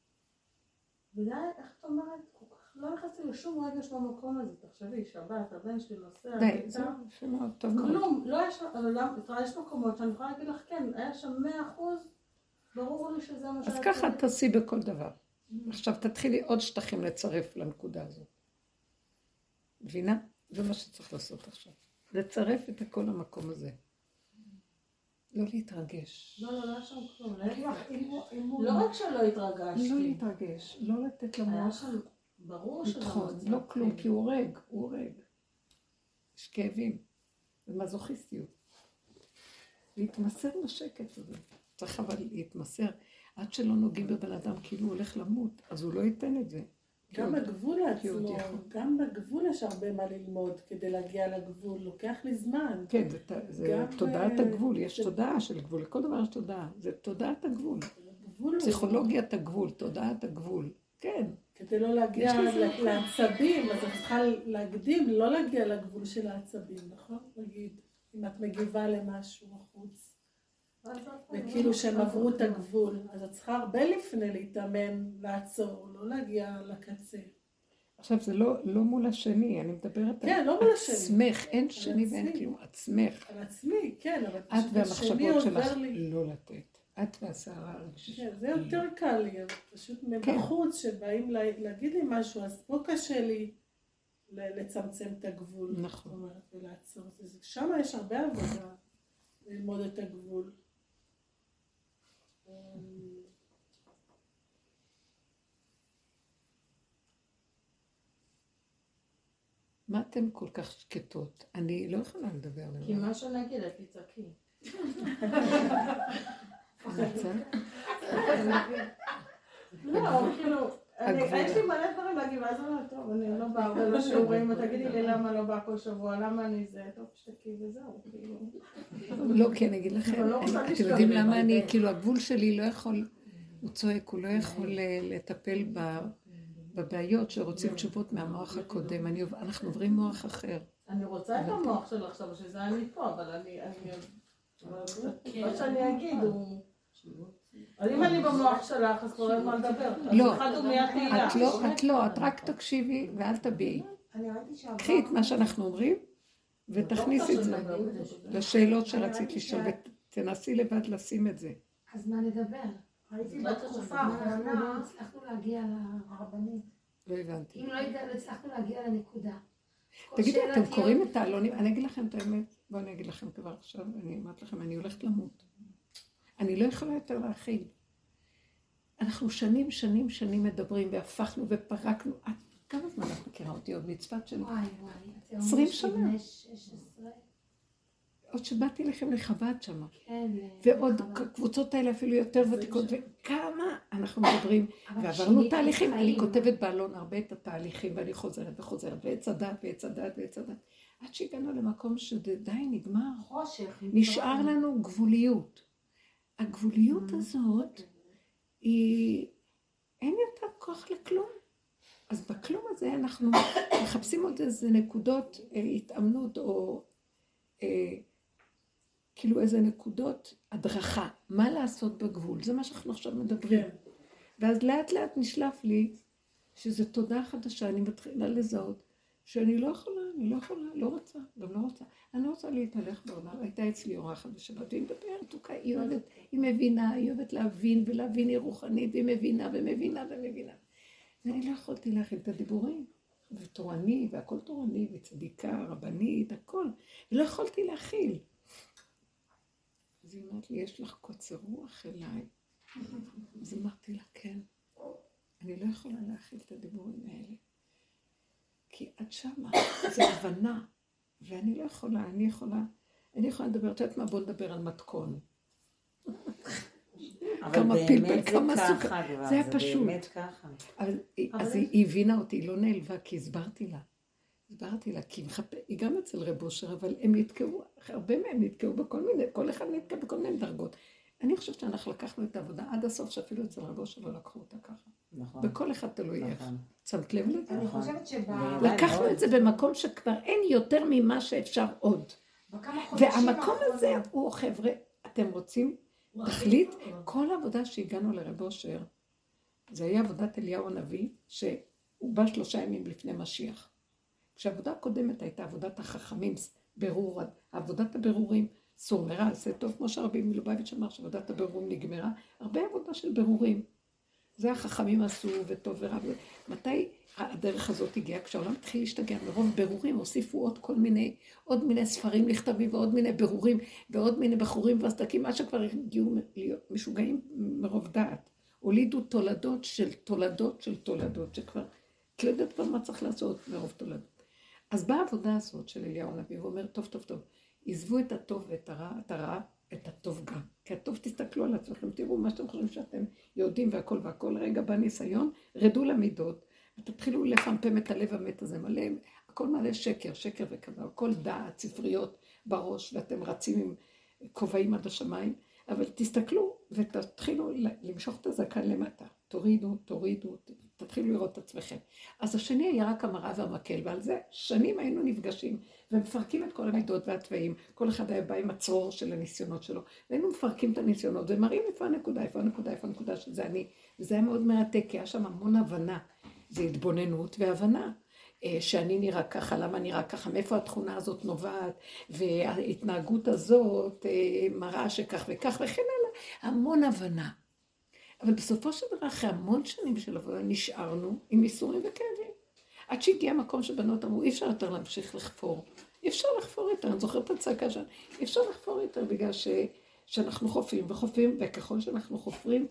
וזה היה, איך את אומרת, כל כך לא נכנסתי לשום רגש במקום הזה. תחשבי, שבת, הבן שלי נוסע, די, זהו, שמות, טוב מאוד. כלום, לא יש, אבל יש מקומות שאני יכולה להגיד לך, כן, היה שם מאה אחוז, ברור לי שזה מה שהיה. אז ככה תעשי בכל דבר. עכשיו תתחילי עוד שטחים לצרף לנקודה הזאת. מבינה? זה מה שצריך לעשות עכשיו. לצרף את הכל למקום הזה. לא להתרגש. לא, לא, לא היה שם כלום. לא רק שלא התרגשתי. לא להתרגש, לא לתת למוח. היה שם, ברור שזה מצב. לא כלום, כי הוא הורג, הוא הורג. יש כאבים. זה מזוכיסטיות. להתמסר לשקט הזה. צריך אבל להתמסר. עד שלא נוגעים בבן אדם כאילו הוא הולך למות, אז הוא לא ייתן את זה. גם בגבול עצמו, גם בגבול יש הרבה מה ללמוד כדי להגיע לגבול, לוקח לי זמן. כן, זה תודעת הגבול, יש תודעה של גבול, לכל דבר יש תודעה, זה תודעת הגבול. פסיכולוגיית הגבול, תודעת הגבול, כן. כדי לא להגיע לעצבים, אז את צריכה להקדים, לא להגיע לגבול של העצבים, נכון? נגיד, אם את מגיבה למשהו בחוץ. וכאילו שהם עברו את הגבול, אז את צריכה הרבה לפני להתאמן, לעצור, לא להגיע לקצה. עכשיו זה לא, לא מול השני, אני מדברת כן, על לא מול השני. עצמך, אין שני ואין כלום, עצמך. על עצמי, כן, אבל את והמחשבות שלך לא לתת. את והסערה הרגשית. כן, זה יותר קל לי, פשוט מבחוץ שבאים להגיד לי משהו, אז פה קשה לי לצמצם את הגבול. נכון. ולעצור. שם יש הרבה עבודה ללמוד את הגבול. מה אתן כל כך שקטות? אני לא יכולה לדבר לבד. כי מה שאני אגיד, את תצעקי. לא, כאילו, יש לי מלא דברים להגיד, ואז אני אומרת, טוב, אני לא באה הרבה לשיעורים, תגידי לי למה לא באה כל שבוע, למה אני זה, טוב, שתקי וזהו, כאילו. לא, כן, אגיד לכם, אתם יודעים למה אני, כאילו, הגבול שלי לא יכול, הוא צועק, הוא לא יכול לטפל בבעיות שרוצים תשובות מהמוח הקודם, אנחנו עוברים מוח אחר. אני רוצה את המוח שלו עכשיו, שזה אני פה, אבל אני, מה שאני אגיד הוא... אם אני במוח שלך, אז כבר אין מה לדבר. לא, את לא, את רק תקשיבי ואל תביעי. קחי את מה שאנחנו אומרים ותכניסי את זה לשאלות שרצית לשאול ותנסי לבד לשים את זה. אז מה נדבר? הייתי בתקופה האחרונה, לא הצלחנו להגיע לרבנית. לא הבנתי. אם לא הצלחנו להגיע לנקודה. תגידו, אתם קוראים את העלונים? אני אגיד לכם את האמת. בואו אני אגיד לכם כבר עכשיו, אני אמרת לכם, אני הולכת למות. אני לא יכולה יותר להכיל. אנחנו שנים, שנים, שנים מדברים והפכנו ופרקנו. כמה זמן את מכירה אותי עוד מצוות שלי? וואי, וואי. עשרים שנה. עוד שבאתי לכם לחב"ד שם. כן. ועוד קבוצות האלה אפילו יותר ותיקות, וכמה אנחנו מדברים, ועברנו תהליכים, אני כותבת באלון הרבה את התהליכים, ואני חוזרת וחוזרת, ועץ הדת, ועץ הדת, ועץ הדת, עד שהגענו למקום שדי נגמר. חושך. נשאר לנו גבוליות. הגבוליות הזאת, היא... אין יותר כוח לכלום. אז בכלום הזה אנחנו מחפשים עוד איזה נקודות אה, התאמנות, או אה, כאילו איזה נקודות הדרכה. מה לעשות בגבול? זה מה שאנחנו עכשיו מדברים. ואז לאט לאט נשלף לי, שזו תודה חדשה, אני מתחילה לזהות, שאני לא יכולה, אני לא יכולה, לא רוצה, גם לא רוצה. אני לא רוצה להתהלך בעולם. הייתה אצלי אורחת בשבת, והיא מדברת, היא אוהבת, היא מבינה, היא אוהבת להבין, ולהבין היא רוחנית, והיא מבינה ומבינה ומבינה. ואני לא יכולתי להכיל את הדיבורים, ותורני, והכל תורני, וצדיקה, רבנית, הכל. ולא יכולתי להכיל. אז היא אומרת לי, יש לך קוצר רוח אליי. אז אמרתי לה, כן. אני לא יכולה להכיל את הדיבורים האלה. כי עד שמה, זה הבנה. ואני לא יכולה, אני יכולה, אני יכולה לדבר, את יודעת מה, בוא נדבר על מתכון. אבל באמת זה ככה כבר, זה היה זה פשוט. באמת ככה. אז היא הבינה אותי, היא לא נעלבה, כי הסברתי לה. הסברתי לה, כי היא גם אצל רב אושר, אבל הם נתקעו, הרבה מהם נתקעו בכל מיני, כל אחד נתקע בכל מיני דרגות. אני חושבת שאנחנו לקחנו את העבודה עד הסוף, שאפילו אצל רב אושר לא לקחו אותה ככה. נכון. בכל אחד תלוי איך. שמת לב לזה? אני חושבת שבה... לקחנו את זה במקום שכבר אין יותר ממה שאפשר עוד. והמקום הזה הוא, חבר'ה, אתם רוצים תחליט, כל העבודה שהגענו לרב אושר, זה היה עבודת אליהו הנביא, שהוא בא שלושה ימים לפני משיח. כשהעבודה הקודמת הייתה עבודת החכמים, ברור, עבודת הבירורים, סור מרע, עשה טוב, כמו שהרבי מלובביץ' אמר, שעבודת הבירורים נגמרה, הרבה עבודה של בירורים. זה החכמים עשו וטוב ורע. מתי הדרך הזאת הגיעה? כשהעולם התחיל להשתגע, מרוב בירורים הוסיפו עוד כל מיני, עוד מיני ספרים לכתבים ועוד מיני בירורים ועוד מיני בחורים וסדקים, עד שכבר הגיעו להיות משוגעים מרוב דעת. הולידו תולדות של תולדות של תולדות, שכבר, כי לא יודעת כבר מה צריך לעשות מרוב תולדות. אז באה העבודה הזאת של אליהו הנביא, והוא אומר, טוב, טוב, טוב, עזבו את הטוב ואת הרע, את הרע, את הטוב גם. כי הטוב תסתכלו על עצמכם, תראו מה שאתם חושבים שאתם יודעים והכל והכל, רגע בניסיון, רדו למידות, ותתחילו לפמפם את הלב המת הזה מלא, הכל מלא שקר, שקר וכזה, הכל דעת, ספריות בראש, ואתם רצים עם כובעים עד השמיים, אבל תסתכלו ותתחילו למשוך את הזקן למטה, תורידו, תורידו, תתחילו לראות את עצמכם. אז השני היה רק המראה והמקל, ועל זה שנים היינו נפגשים, ומפרקים את כל המידות והטבעים, כל אחד היה בא עם הצרור של הניסיונות שלו, והיינו מפרקים את הניסיונות, ומראים איפה הנקודה, איפה הנקודה, איפה הנקודה שזה אני, וזה היה מאוד מרתק, כי היה שם המון הבנה, זה התבוננות והבנה, שאני נראה ככה, למה נראה ככה, מאיפה התכונה הזאת נובעת, וההתנהגות הזאת מראה שכך וכך וכן הלאה, המון הבנה. אבל בסופו של דבר, אחרי המון שנים של עבודה, נשארנו עם איסורים וכאבים. עד שהגיע מקום שבנות אמרו, אי אפשר יותר להמשיך לחפור. אי אפשר לחפור יותר, אני זוכרת את הצעקה שלנו, אי אפשר לחפור יותר בגלל ש... שאנחנו חופרים וחופרים, וככל שאנחנו חופרים,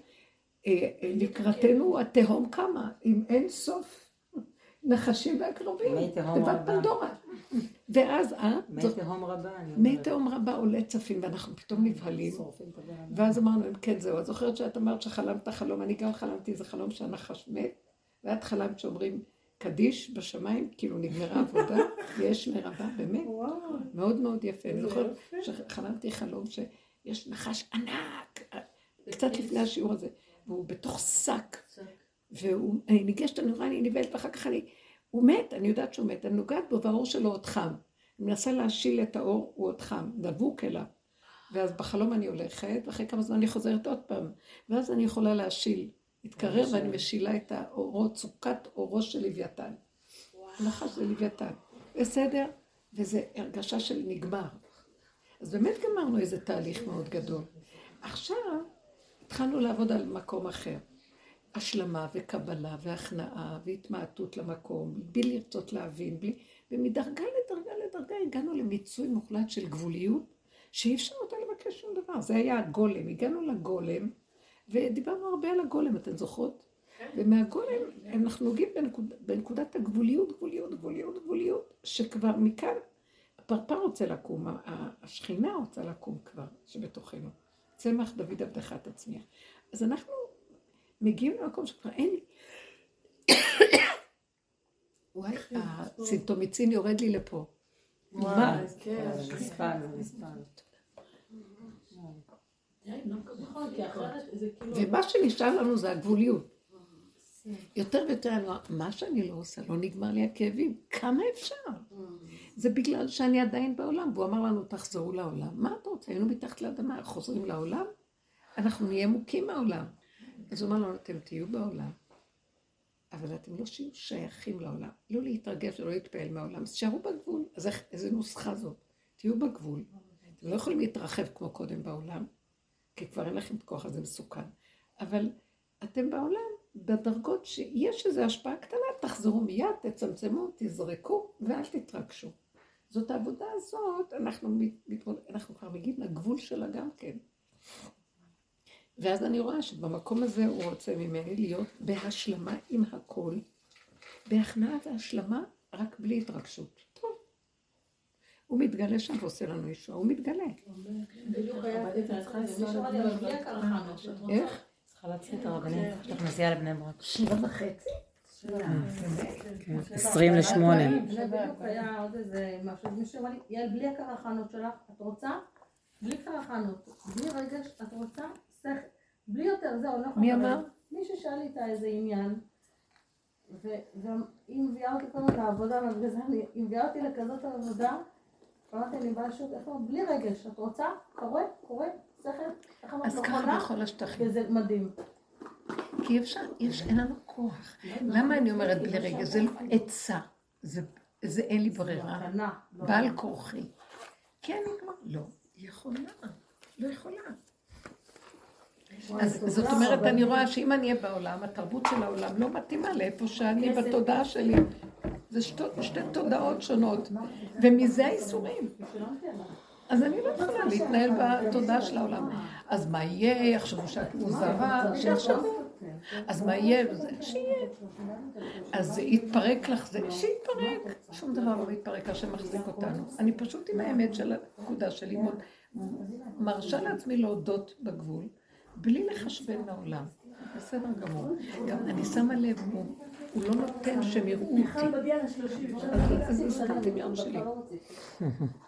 לקראתנו התהום קמה, עם אין סוף. נחשים והקרובים, תיבת פנדורה. ואז, אה? מי תהום רבה. מי תהום רבה עולה צפים, ואנחנו פתאום נבהלים. ואז אמרנו, כן, זהו, את זוכרת שאת אמרת שחלמת חלום, אני גם חלמתי איזה חלום שהנחש מת, ואת חלמת שאומרים, קדיש בשמיים, כאילו נגמרה עבודה, יש מרבה, באמת. מאוד מאוד יפה. אני זוכרת שחלמתי חלום שיש נחש ענק, קצת לפני השיעור הזה, והוא בתוך שק. ואני ניגשת, אני רואה, אני ניבלת, ואחר כך אני, הוא מת, אני יודעת שהוא מת, אני נוגעת בו, והאור שלו עוד חם. אני מנסה להשיל את האור, הוא עוד חם, דבוק אליו. ואז בחלום אני הולכת, ואחרי כמה זמן אני חוזרת עוד פעם, ואז אני יכולה להשיל, להתקרר, ואני משילה את האורות, צוקת אורו של לוויתן. נחש זה לוויתן. בסדר? וזה הרגשה של נגמר. אז באמת גמרנו איזה תהליך מאוד גדול. עכשיו, התחלנו לעבוד על מקום אחר. השלמה וקבלה והכנעה והתמעטות למקום, בלי לרצות להבין, בלי... ומדרגה לדרגה לדרגה הגענו למיצוי מוחלט של גבוליות, שאי אפשר אותה לבקש שום דבר. זה היה הגולם, הגענו לגולם, ודיברנו הרבה על הגולם, אתן זוכרות? ומהגולם אנחנו נוגעים בנקוד, בנקודת הגבוליות, גבוליות, גבוליות, גבוליות, שכבר מכאן הפרפר רוצה לקום, השכינה רוצה לקום כבר, שבתוכנו. צמח דוד עבדך תצמיח. אז אנחנו מגיעים למקום שכבר אין לי. וואי, הסימפטומיצין יורד לי לפה. וואי, כן. מספן, מספן. ומה שנשאר לנו זה הגבוליות. יותר ויותר אני אומר, מה שאני לא עושה, לא נגמר לי הכאבים. כמה אפשר? זה בגלל שאני עדיין בעולם, והוא אמר לנו, תחזרו לעולם. מה אתה רוצה? היינו מתחת לאדמה, חוזרים לעולם? אנחנו נהיה מוכים מהעולם. אז הוא אמר לנו, אתם תהיו בעולם, אבל אתם לא שיהיו שייכים לעולם. לא להתרגש ולא להתפעל מהעולם. אז שערו בגבול. אז איך, איזה נוסחה זאת? תהיו בגבול. אתם לא יכולים להתרחב כמו קודם בעולם, כי כבר אין לכם את כוח הזה מסוכן. אבל אתם בעולם, בדרגות שיש איזו השפעה קטנה, תחזרו מיד, תצמצמו, תזרקו, ואל תתרגשו. זאת העבודה הזאת, אנחנו, אנחנו כבר מגיעים לגבול שלה גם כן. ואז אני רואה שבמקום הזה הוא רוצה ממני להיות בהשלמה עם הכל, בהכנעה והשלמה, רק בלי התרגשות. טוב. הוא מתגלה שם ועושה לנו ישוע, הוא מתגלה. איך? צריכה להצליח את הרבנים, יש לך נסיעה לבני ברק. שבע וחצי? עשרים לשמונה. זה בדיוק היה עוד איזה משהו, מישהו אמר לי, יעל, בלי הקרחנות שלך, את רוצה? בלי קרחנות, בלי רגש, את רוצה? שכל, בלי יותר, זהו, לא מי אמר? מישהו שאל איתה איזה עניין, והיא מביאה אותי כל הזמן לעבודה, היא מביאה אותי לכזאת עבודה, ואמרתי, אני באה שוט, איך אומרת, בלי רגש, את רוצה? קורא? קורא? שכל? איך אמרת? אז ככה בכל השטחים. וזה מדהים. כי אפשר, יש, אין לנו כוח. למה אני אומרת בלי רגע? זה לא עצה, זה אין לי ברירה. בעל כורחי. כן, נגמר. לא, היא יכולה. לא יכולה. אז זאת אומרת, אני רואה שאם אני אהיה בעולם, התרבות של העולם לא מתאימה לאיפה שאני בתודעה שלי. זה שתי תודעות שונות, ומזה האיסורים. אז אני לא יכולה להתנהל בתודעה של העולם. אז מה יהיה? יחשבו שאת מוזרה, שיחשבו. אז מה יהיה? שיהיה. אז יתפרק לך זה, שיתפרק. שום דבר לא יתפרק, השם מחזיק אותנו. אני פשוט עם האמת של הנקודה שלי, מרשה לעצמי להודות בגבול, בלי לחשבן מהעולם. בסדר גמור. גם אני שמה לב, הוא לא נותן שהם יראו אותי. אז הסתכלתי מיום שלי.